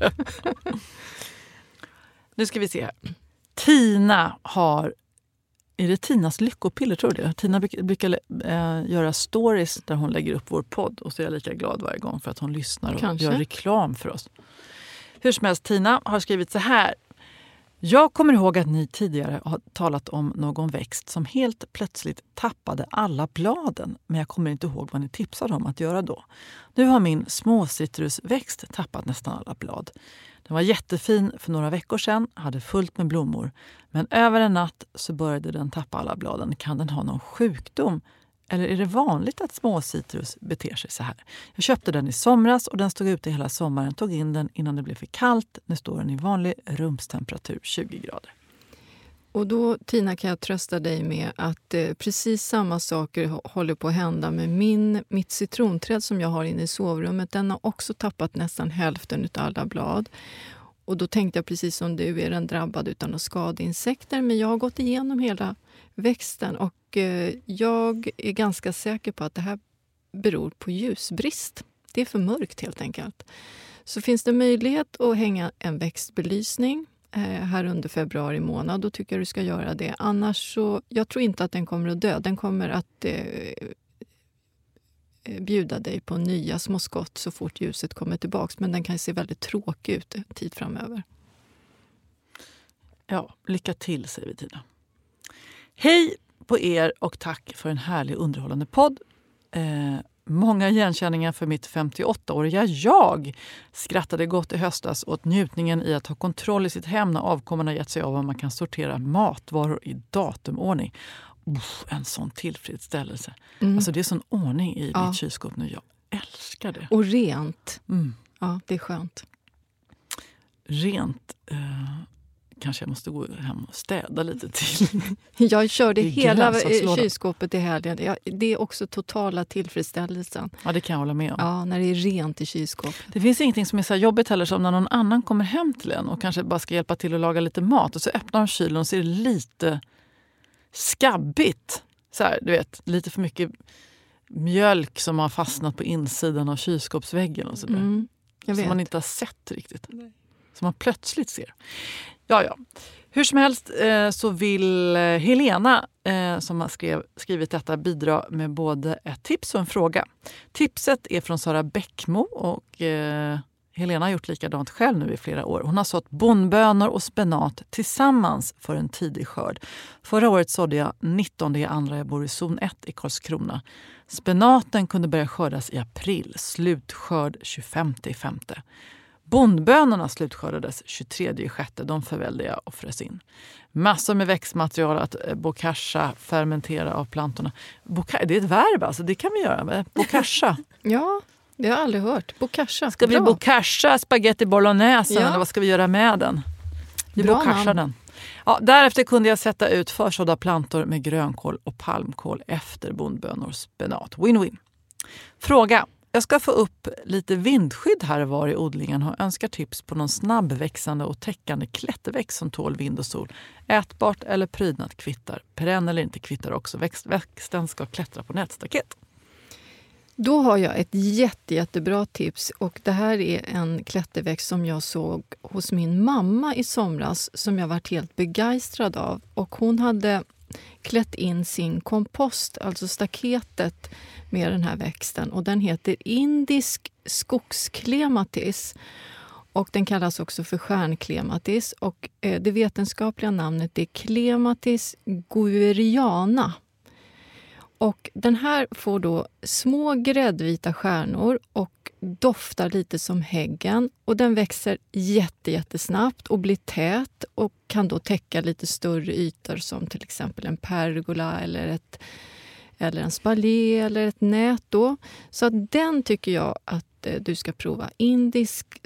Nu ska vi se här. Tina har... Är det Tinas lyckopiller, tror du det? Tina brukar äh, göra stories där hon lägger upp vår podd. Och så är jag lika glad varje gång för att hon lyssnar och Kanske. gör reklam för oss. Hur som helst, Tina har skrivit så här. Jag kommer ihåg att ni tidigare har talat om någon växt som helt plötsligt tappade alla bladen. Men jag kommer inte ihåg vad ni tipsade om att göra då. Nu har min småcitrusväxt tappat nästan alla blad. Den var jättefin för några veckor sedan, hade fullt med blommor. Men över en natt så började den tappa alla bladen. Kan den ha någon sjukdom? Eller är det vanligt att småcitrus beter sig så här? Jag köpte den i somras och den stod ute hela sommaren. Tog in den innan det blev för kallt. Nu står den i vanlig rumstemperatur, tjugo grader. Och då, Tina, kan jag trösta dig med att eh, precis samma saker håller på att hända med min, mitt citronträd som jag har inne i sovrummet. Den har också tappat nästan hälften av alla blad. Och då tänkte jag precis som du, är den drabbad utan att skadeinsekter. Men jag har gått igenom hela växten och eh, jag är ganska säker på att det här beror på ljusbrist. Det är för mörkt helt enkelt. Så finns det möjlighet att hänga en växtbelysning här under februari månad, då tycker jag du ska göra det. Annars så, jag tror inte att den kommer att dö. Den kommer att eh, bjuda dig på nya små skott så fort ljuset kommer tillbaks. Men den kan se väldigt tråkig ut en tid framöver. Ja, lycka till, säger vi Tina. Hej på er och tack för en härlig underhållande podd. Eh, Många igenkänningar för mitt femtioåttaåriga jag skrattade gott i höstas åt njutningen i att ha kontroll i sitt hem när avkommorna gett sig av om man kan sortera matvaror i datumordning. Uff, en sån tillfredsställelse. Mm. Alltså det är sån ordning i ja. mitt kylskåp nu. Jag älskar det. Och rent. Mm. Ja, det är skönt. Rent... Eh... Kanske jag måste gå hem och städa lite till. Jag körde hela kylskåpet i helgen. Det är också totala tillfredsställelsen. Ja, det kan jag hålla med om. Ja, när det är rent i kylskåpet. Det finns ingenting som är så jobbigt heller som när någon annan kommer hem till en och kanske bara ska hjälpa till att laga lite mat. Och så öppnar de kylen och så är det lite skabbigt. Så här, du vet, lite för mycket mjölk som har fastnat på insidan av kylskåpsväggen och sådär. Mm, jag vet. Som man inte har sett riktigt. Nej. Som man plötsligt ser. Ja, ja. Hur som helst eh, så vill Helena eh, som har skrev, skrivit detta bidra med både ett tips och en fråga. Tipset är från Sara Bäckmo och eh, Helena har gjort likadant själv nu i flera år. Hon har sått bondbönor och spenat tillsammans för en tidig skörd. Förra året sådde jag nittonde i andra, jag bor i zon ett i Karlskrona. Spenaten kunde börja skördas i april, slutskörd tjugofemte i femte. Bondbönorna slutskördades tjugotredje i sjätte. De förvällde jag och frös in. Massor med växtmaterial att bokacha, fermentera av plantorna. Boka, det är ett verb alltså, det kan vi göra. Bokacha. Ja, det har jag aldrig hört. Bokacha. Ska vi bokacha spaghetti bolognese ja. eller vad ska vi göra med den? Vi bokachar den. Ja, därefter kunde jag sätta ut försådda plantor med grönkål och palmkål efter bondbönor och spenat. Win-win. Fråga. Jag ska få upp lite vindskydd här och var i odlingen och önskar tips på någon snabbväxande och täckande klätterväxt som tål vind och sol. Ätbart eller prydnat kvittar. Perenn eller inte kvittar också. Växt, växten ska klättra på nätstaket. Då har jag ett jätte, jättebra tips och det här är en klätterväxt som jag såg hos min mamma i somras som jag varit helt begeistrad av. Och hon hade klätt in sin kompost, alltså staketet med den här växten och den heter indisk skogsklimatis och den kallas också för stjärnklimatis och eh, det vetenskapliga namnet är Clematis gueriana. Och den här får då små gräddvita stjärnor och doftar lite som häggen. Och den växer jätte, jättesnabbt och blir tät och kan då täcka lite större ytor som till exempel en pergola eller, ett, eller en spalé eller ett nät. Då. Så att den tycker jag att eh, du ska prova. Indisk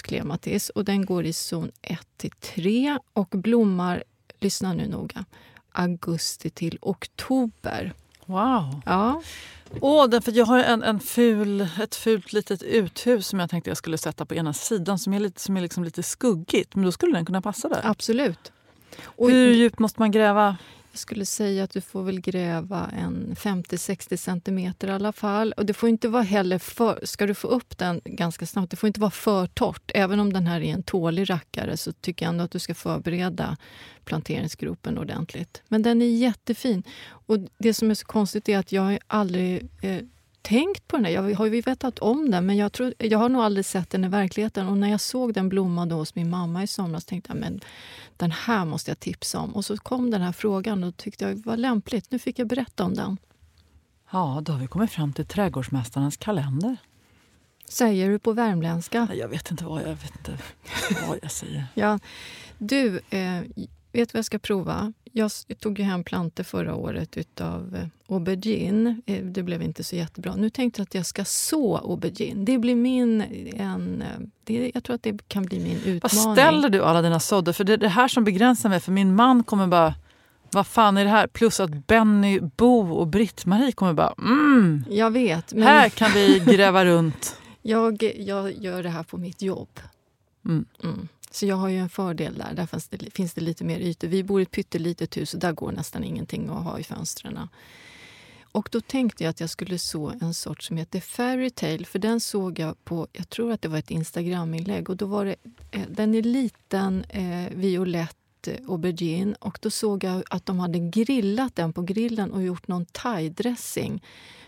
skogsklimatis och den går i zon ett till tre och blommar, lyssna nu noga, augusti till oktober. Wow. Ja. Åh, därför jag har en, en ful, ett fult litet uthus som jag tänkte jag skulle sätta på ena sidan som är, lite, som är liksom lite skuggigt. Men då skulle den kunna passa där. Absolut. Och hur djupt måste man gräva? Jag skulle säga att du får väl gräva en femtio till sextio centimeter i alla fall. Och det får inte vara heller för, ska du få upp den ganska snabbt, det får inte vara för torrt. Även om den här är en tålig rackare så tycker jag ändå att du ska förbereda planteringsgropen ordentligt. Men den är jättefin. Och det som är så konstigt är att jag har aldrig eh, tänkt på den här. Jag har ju vetat om den, men jag, tror, jag har nog aldrig sett den i verkligheten. Och när jag såg den blomma då hos min mamma i somras tänkte jag, men den här måste jag tipsa om. Och så kom den här frågan och tyckte jag var lämpligt. Nu fick jag berätta om den. Ja, då har vi kommit fram till trädgårdsmästarens kalender. Säger du på värmländska? Jag vet inte vad jag, vet inte vad jag säger. Ja, du, eh, vet vad jag ska prova? Jag tog ju hem plantor förra året utav eh, aubergine. Eh, det blev inte så jättebra. Nu tänkte jag att jag ska så aubergine. Det blir min... En, det, jag tror att det kan bli min utmaning. Vad ställer du alla dina sådder? För det är det här som begränsar mig. För min man kommer bara... Vad fan är det här? Plus att Benny, Bo och Britt-Marie kommer bara... Mm, jag vet. Men här kan vi gräva runt. jag, jag gör det här på mitt jobb. Mm. Mm. Så jag har ju en fördel där. Där finns det, finns det lite mer ytor. Vi bor i ett pyttelitet hus och där går nästan ingenting att ha i fönstren. Och då tänkte jag att jag skulle så en sort som heter Fairy Tale. För den såg jag på, jag tror att det var ett Instagram-inlägg. Och då var det, eh, den är liten, eh, violett aubergine. Och då såg jag att de hade grillat den på grillen och gjort någon thai-dressing.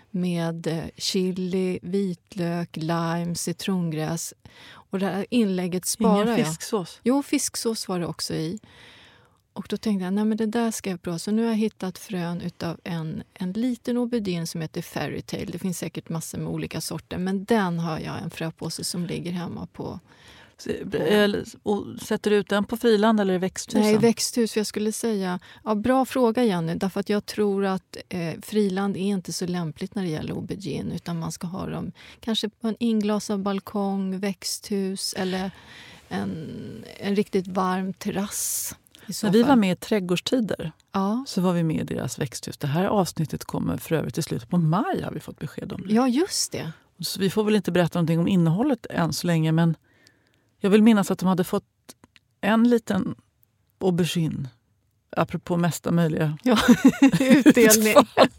Med chili, vitlök, lime, citrongräs. Och det här inlägget sparar jag. Ingen fisksås? Jo, fisksås var det också i. Och då tänkte jag, nej men det där ska jag prova. Så nu har jag hittat frön utav en, en liten aubergine som heter Fairy Tale. Det finns säkert massor med olika sorter. Men den har jag en fröpåse som ligger hemma på. Och sätter du ut den på friland eller i växthus? Nej, växthus. För jag skulle säga, ja, bra fråga Jenny. Därför att jag tror att eh, friland är inte så lämpligt när det gäller aubergine. Utan man ska ha dem kanske på en inglasad balkong, växthus eller en, en riktigt varm terrass. När vi var med i Trädgårdstider ja. så var vi med i deras växthus. Det här avsnittet kommer för övrigt i slutet på maj har vi fått besked om det. Ja, just det. Så vi får väl inte berätta någonting om innehållet än så länge, men jag vill minnas att de hade fått en liten aubergine, apropå mesta möjliga ja, utdelning.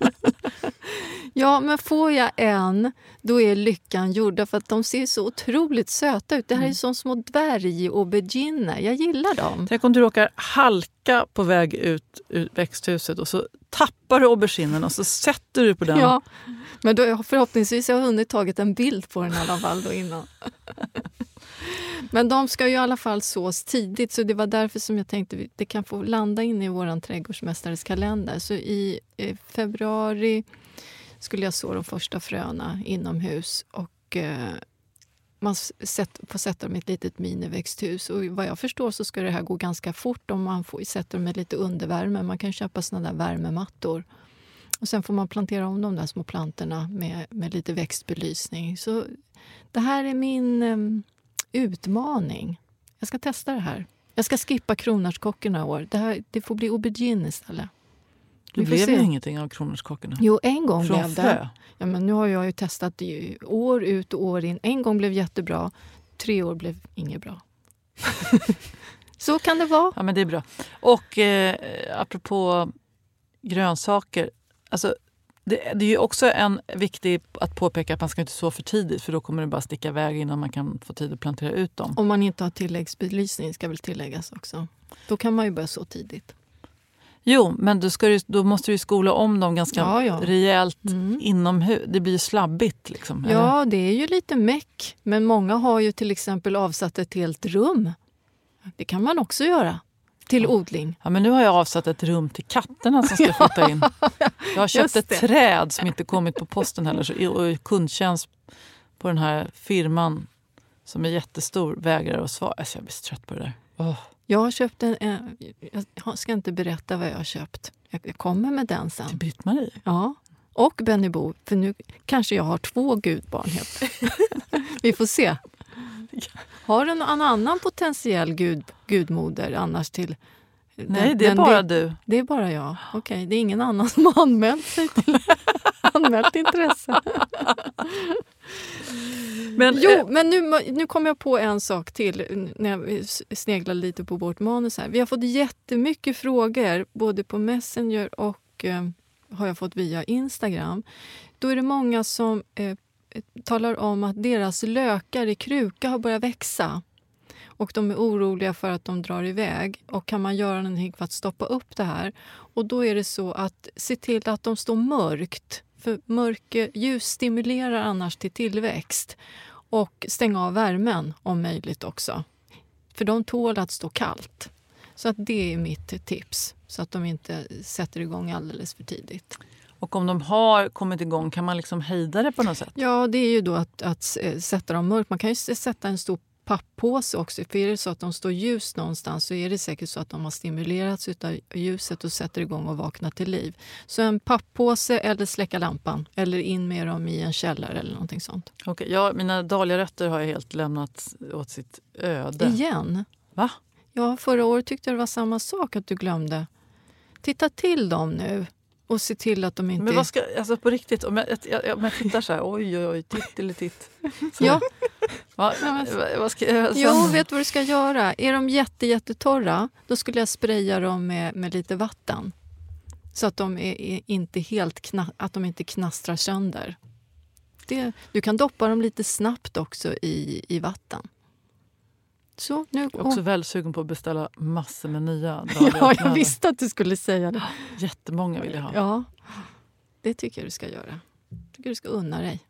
Ja, men får jag en, då är lyckan gjord. För att de ser så otroligt söta ut. Det här är som små dvärg-auberginer. Jag gillar dem. Tänk om du råkar halka på väg ut ur växthuset och så tappar du auberginen och så sätter du på den. Ja, men då förhoppningsvis har jag hunnit tagit en bild på den i alla fall då innan. Men de ska ju i alla fall sås tidigt, så det var därför som jag tänkte att det kan få landa in i våran trädgårdsmästares kalender. Så i eh, februari skulle jag så de första fröna inomhus och eh, man sätt, får sätta dem i ett litet miniväxthus. Och vad jag förstår så ska det här gå ganska fort om man får sätta dem med lite undervärme. Man kan köpa såna där värmemattor. Och sen får man plantera om de där små plantorna med, med lite växtbelysning. Så det här är min eh, utmaning. Jag ska testa det här. Jag ska skippa kronärtskockorna i år. Det, här, det får bli aubergine istället. Det blev ju ingenting av kronärtskockorna. Jo, en gång Från blev det. frö. Ja, men nu har jag ju testat det ju år ut och år in. En gång blev jättebra. Tre år blev inget bra. Så kan det vara. Ja, men det är bra. Och eh, apropå grönsaker. Alltså, det, det är ju också en viktig att påpeka att man ska inte så för tidigt. För då kommer det bara sticka iväg innan man kan få tid att plantera ut dem. Om man inte har tilläggsbelysning ska väl tilläggas också. Då kan man ju börja så tidigt. Jo, men då, ska du, då måste du skola om dem ganska ja, ja. rejält mm. inomhus. Det blir ju slabbigt. Liksom, ja, eller? Det är ju lite meck. Men många har ju till exempel avsatt ett helt rum. Det kan man också göra. Till ja. odling. Ja, men nu har jag avsatt ett rum till katterna som ska flytta in. Jag har köpt ett träd som inte kommit på posten heller. Så, och kundtjänst på den här firman som är jättestor vägrar att svara. Alltså, jag blir så trött på det där. Oh. Jag har köpt en, en... Jag ska inte berätta vad jag har köpt. Jag kommer med den sen. Till Britt-Marie? Ja. Och Benny Bo. För nu kanske jag har två gudbarn. Vi får se. Har du någon annan potentiell gud, gudmoder annars till Nej, det är bara du. Det är bara jag. Okej, okay, det är ingen annan som har anmält sig till anmält intresse. Men, jo, men nu, nu kom jag på en sak till när jag sneglar lite på vårt manus här. Vi har fått jättemycket frågor, både på Messenger och eh, har jag fått via Instagram. Då är det många som eh, talar om att deras lökar i kruka har börjat växa. Och de är oroliga för att de drar iväg. Och kan man göra någonting för att stoppa upp det här? Och då är det så att se till att de står mörkt. För mörker, ljus stimulerar annars till tillväxt. Och stänga av värmen om möjligt också. För de tål att stå kallt. Så att det är mitt tips. Så att de inte sätter igång alldeles för tidigt. Och om de har kommit igång, kan man liksom hejda det på något sätt? Ja, det är ju då att, att sätta dem mörkt. Man kan ju sätta en stor papppåse också. För är det så att de står ljus någonstans så är det säkert så att de har stimulerats av ljuset och sätter igång och vaknar till liv. Så en papppåse eller släcka lampan. Eller in med dem i en källare eller någonting sånt. Okej, okay, ja, mina dahliarötter har jag helt lämnat åt sitt öde. Igen? Va? Ja, förra året tyckte jag det var samma sak att du glömde. Titta till dem nu. Och se till att de inte... Men vad ska, alltså på riktigt, om jag, jag, om jag tittar så här, oj, oj, oj, titt eller titt. Så. Ja. Va, vad, vad ska jag sen? Jo, vet du vad du ska göra? Är de jätte, jättetorra, då skulle jag spraya dem med, med lite vatten. Så att de är, är inte helt kna, att de inte knastrar sönder. Det, du kan doppa dem lite snabbt också i, i vatten. Så, nu, jag är också oh. väldigt sugen på att beställa massor med nya. Ja, jag visste att du skulle säga det. Jättemånga vill jag ha. Ja, det tycker jag du ska göra. Jag tycker du ska unna dig.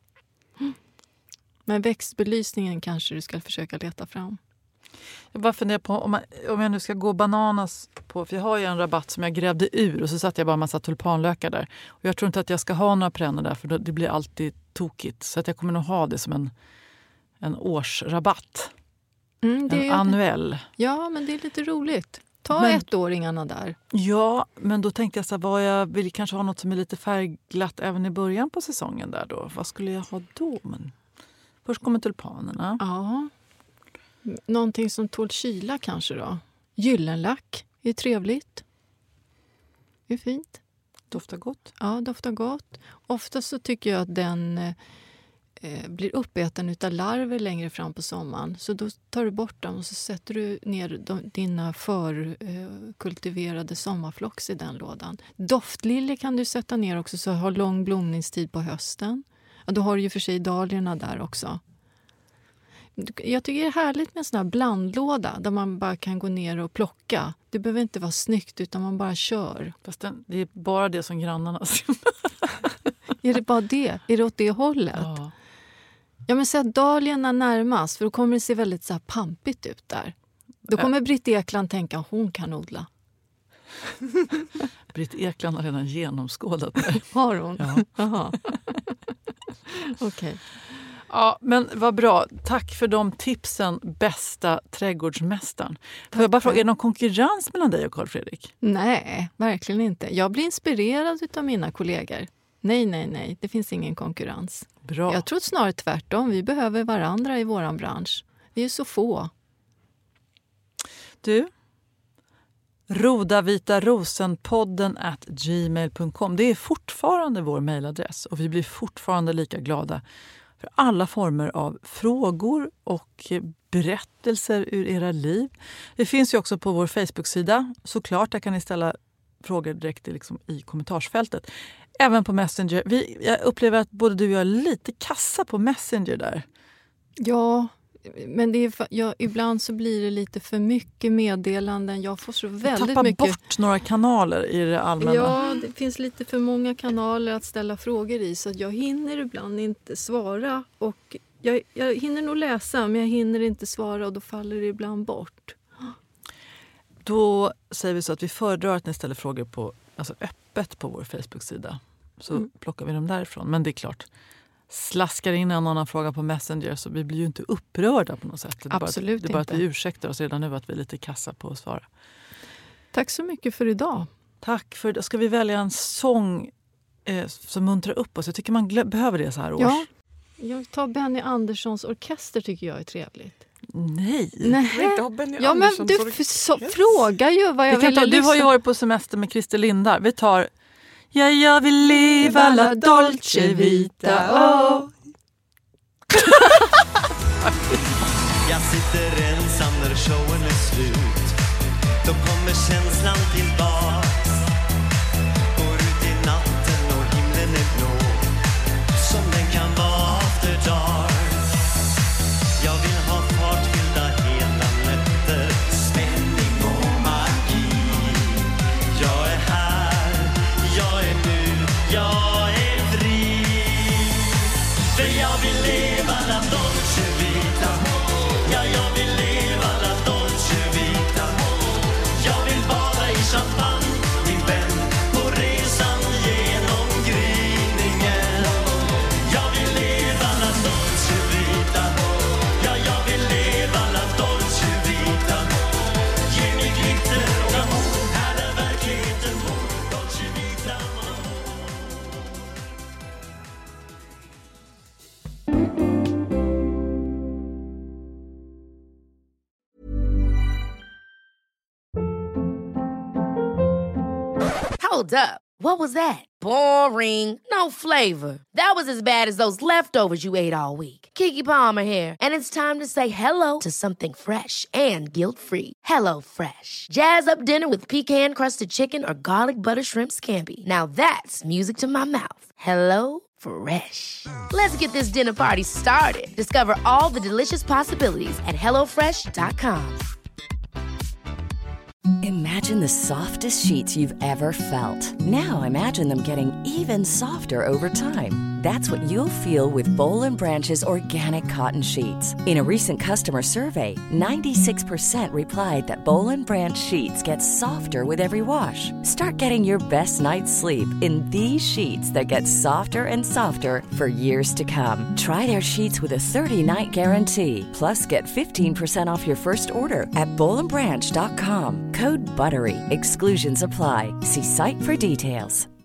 Men växtbelysningen kanske du ska försöka leta fram. Jag bara funderar på om, man, om jag nu ska gå bananas på, för jag har ju en rabatt som jag grävde ur och så satte jag bara en massa tulpanlökar där. Och jag tror inte att jag ska ha några perenner där, för då, det blir alltid tokigt. Så att jag kommer nog ha det som en, en årsrabatt. Mm, det en är, annuell. Ja, men det är lite roligt. Ta men, ettåringarna där. Ja, men då tänkte jag så här, vad jag vill kanske ha något som är lite färgglatt även i början på säsongen där då. Vad skulle jag ha då? Men först kommer tulpanerna. Ja. Någonting som tål kyla kanske då. Gyllenlack är trevligt. Det är fint. Doftar gott. Ja, doftar gott. Ofta så tycker jag att den eh, blir uppäten utav larver längre fram på sommaren. Så då tar du bort dem och så sätter du ner de, dina förkultiverade eh, sommarflox i den lådan. Doftlilje kan du sätta ner också så har lång blomningstid på hösten. Ja, då har du ju för sig dahliorna där också. Jag tycker det är härligt med en sån här blandlåda där man bara kan gå ner och plocka. Det behöver inte vara snyggt utan man bara kör. Fast den, det är bara det som grannarna ser. Är det bara det? Är det åt det hållet? Ja. Ja, men säg dahliorna närmast för då kommer det se väldigt så här pampigt ut där. Då kommer Britt Ekland tänka att hon kan odla. Britt Ekland har redan genomskådat det. Har hon? Ja. Jaha. Okej. Okay. Ja, men vad bra. Tack för de tipsen, bästa trädgårdsmästaren. Får jag bara fråga, är det någon konkurrens mellan dig och Carl Fredrik? Nej, verkligen inte. Jag blir inspirerad av mina kollegor. Nej, nej, nej. Det finns ingen konkurrens. Bra. Jag tror snarare tvärtom. Vi behöver varandra i våran bransch. Vi är så få. Du, rodavitarosenpodden at gmail punkt com. Det är fortfarande vår mejladress och vi blir fortfarande lika glada för alla former av frågor och berättelser ur era liv. Det finns ju också på vår Facebook-sida. Såklart, där kan ni ställa frågor direkt liksom i kommentarsfältet. Även på Messenger. Vi, jag upplever att både du och jag är lite kassa på Messenger där. Ja, men det är för, ja, ibland så blir det lite för mycket meddelanden. Jag får så väldigt Tappa mycket... bort några kanaler i det allmänna. Ja, det finns lite för många kanaler att ställa frågor i. Så att jag hinner ibland inte svara. Och jag, jag hinner nog läsa, men jag hinner inte svara och då faller det ibland bort. Då säger vi så att vi föredrar att ni ställer frågor på, alltså öppet på vår Facebook-sida. Så mm. plockar vi dem därifrån. Men det är klart, slaskar in en annan fråga på Messenger så vi blir ju inte upprörda på något sätt. Det är Absolut bara, det är bara inte. att vi ursäktar oss redan nu att vi är lite kassa på att svara. Tack så mycket för idag. Tack för det. Ska vi välja en sång eh, som muntrar upp oss? Jag tycker man glö- behöver det så här års. Ja, jag tar Benny Anderssons orkester tycker jag är trevligt. Nej. Nej. Inte Benny Ja, men Anderssons du orkester. f- så, frågar ju vad jag Vi kan ville ta, du lyssna. har ju varit på semester med Christer Lindar. Vi tar Ja, jag vill leva la dolce vita. Oh. Jag sitter ensam när showen är slut. Då kommer känslan tillbaks. Går ut i natten och himlen är blå, som den kan vara after dark. Jag vill ha fartfyllda hela nätter, spänning och magi. Jag är här, jag är nu, jag är fri. För jag vill leva la dolce vita. Ja, jag vill leva la dolce vita. Jag vill bada i champagne, min vän, på resan genom gryningen. Jag vill leva la dolce vita. Ja, jag vill leva la dolce vita. Ge mig glitter och amor, här är verkligheten vår dolce vita. Hold up. What was that? Boring. No flavor. That was as bad as those leftovers you ate all week. Keke Palmer here, and it's time to say hello to something fresh and guilt-free. Hello Fresh. Jazz up dinner with pecan-crusted chicken or garlic butter shrimp scampi. Now that's music to my mouth. Hello Fresh. Let's get this dinner party started. Discover all the delicious possibilities at hello fresh dot com. Imagine the softest sheets you've ever felt. Now imagine them getting even softer over time. That's what you'll feel with Boll and Branch's organic cotton sheets. In a recent customer survey, ninety-six percent replied that Boll and Branch sheets get softer with every wash. Start getting your best night's sleep in these sheets that get softer and softer for years to come. Try their sheets with a thirty-night guarantee. Plus, get fifteen percent off your first order at boll and branch dot com. Code BUTTERY. Exclusions apply. See site for details.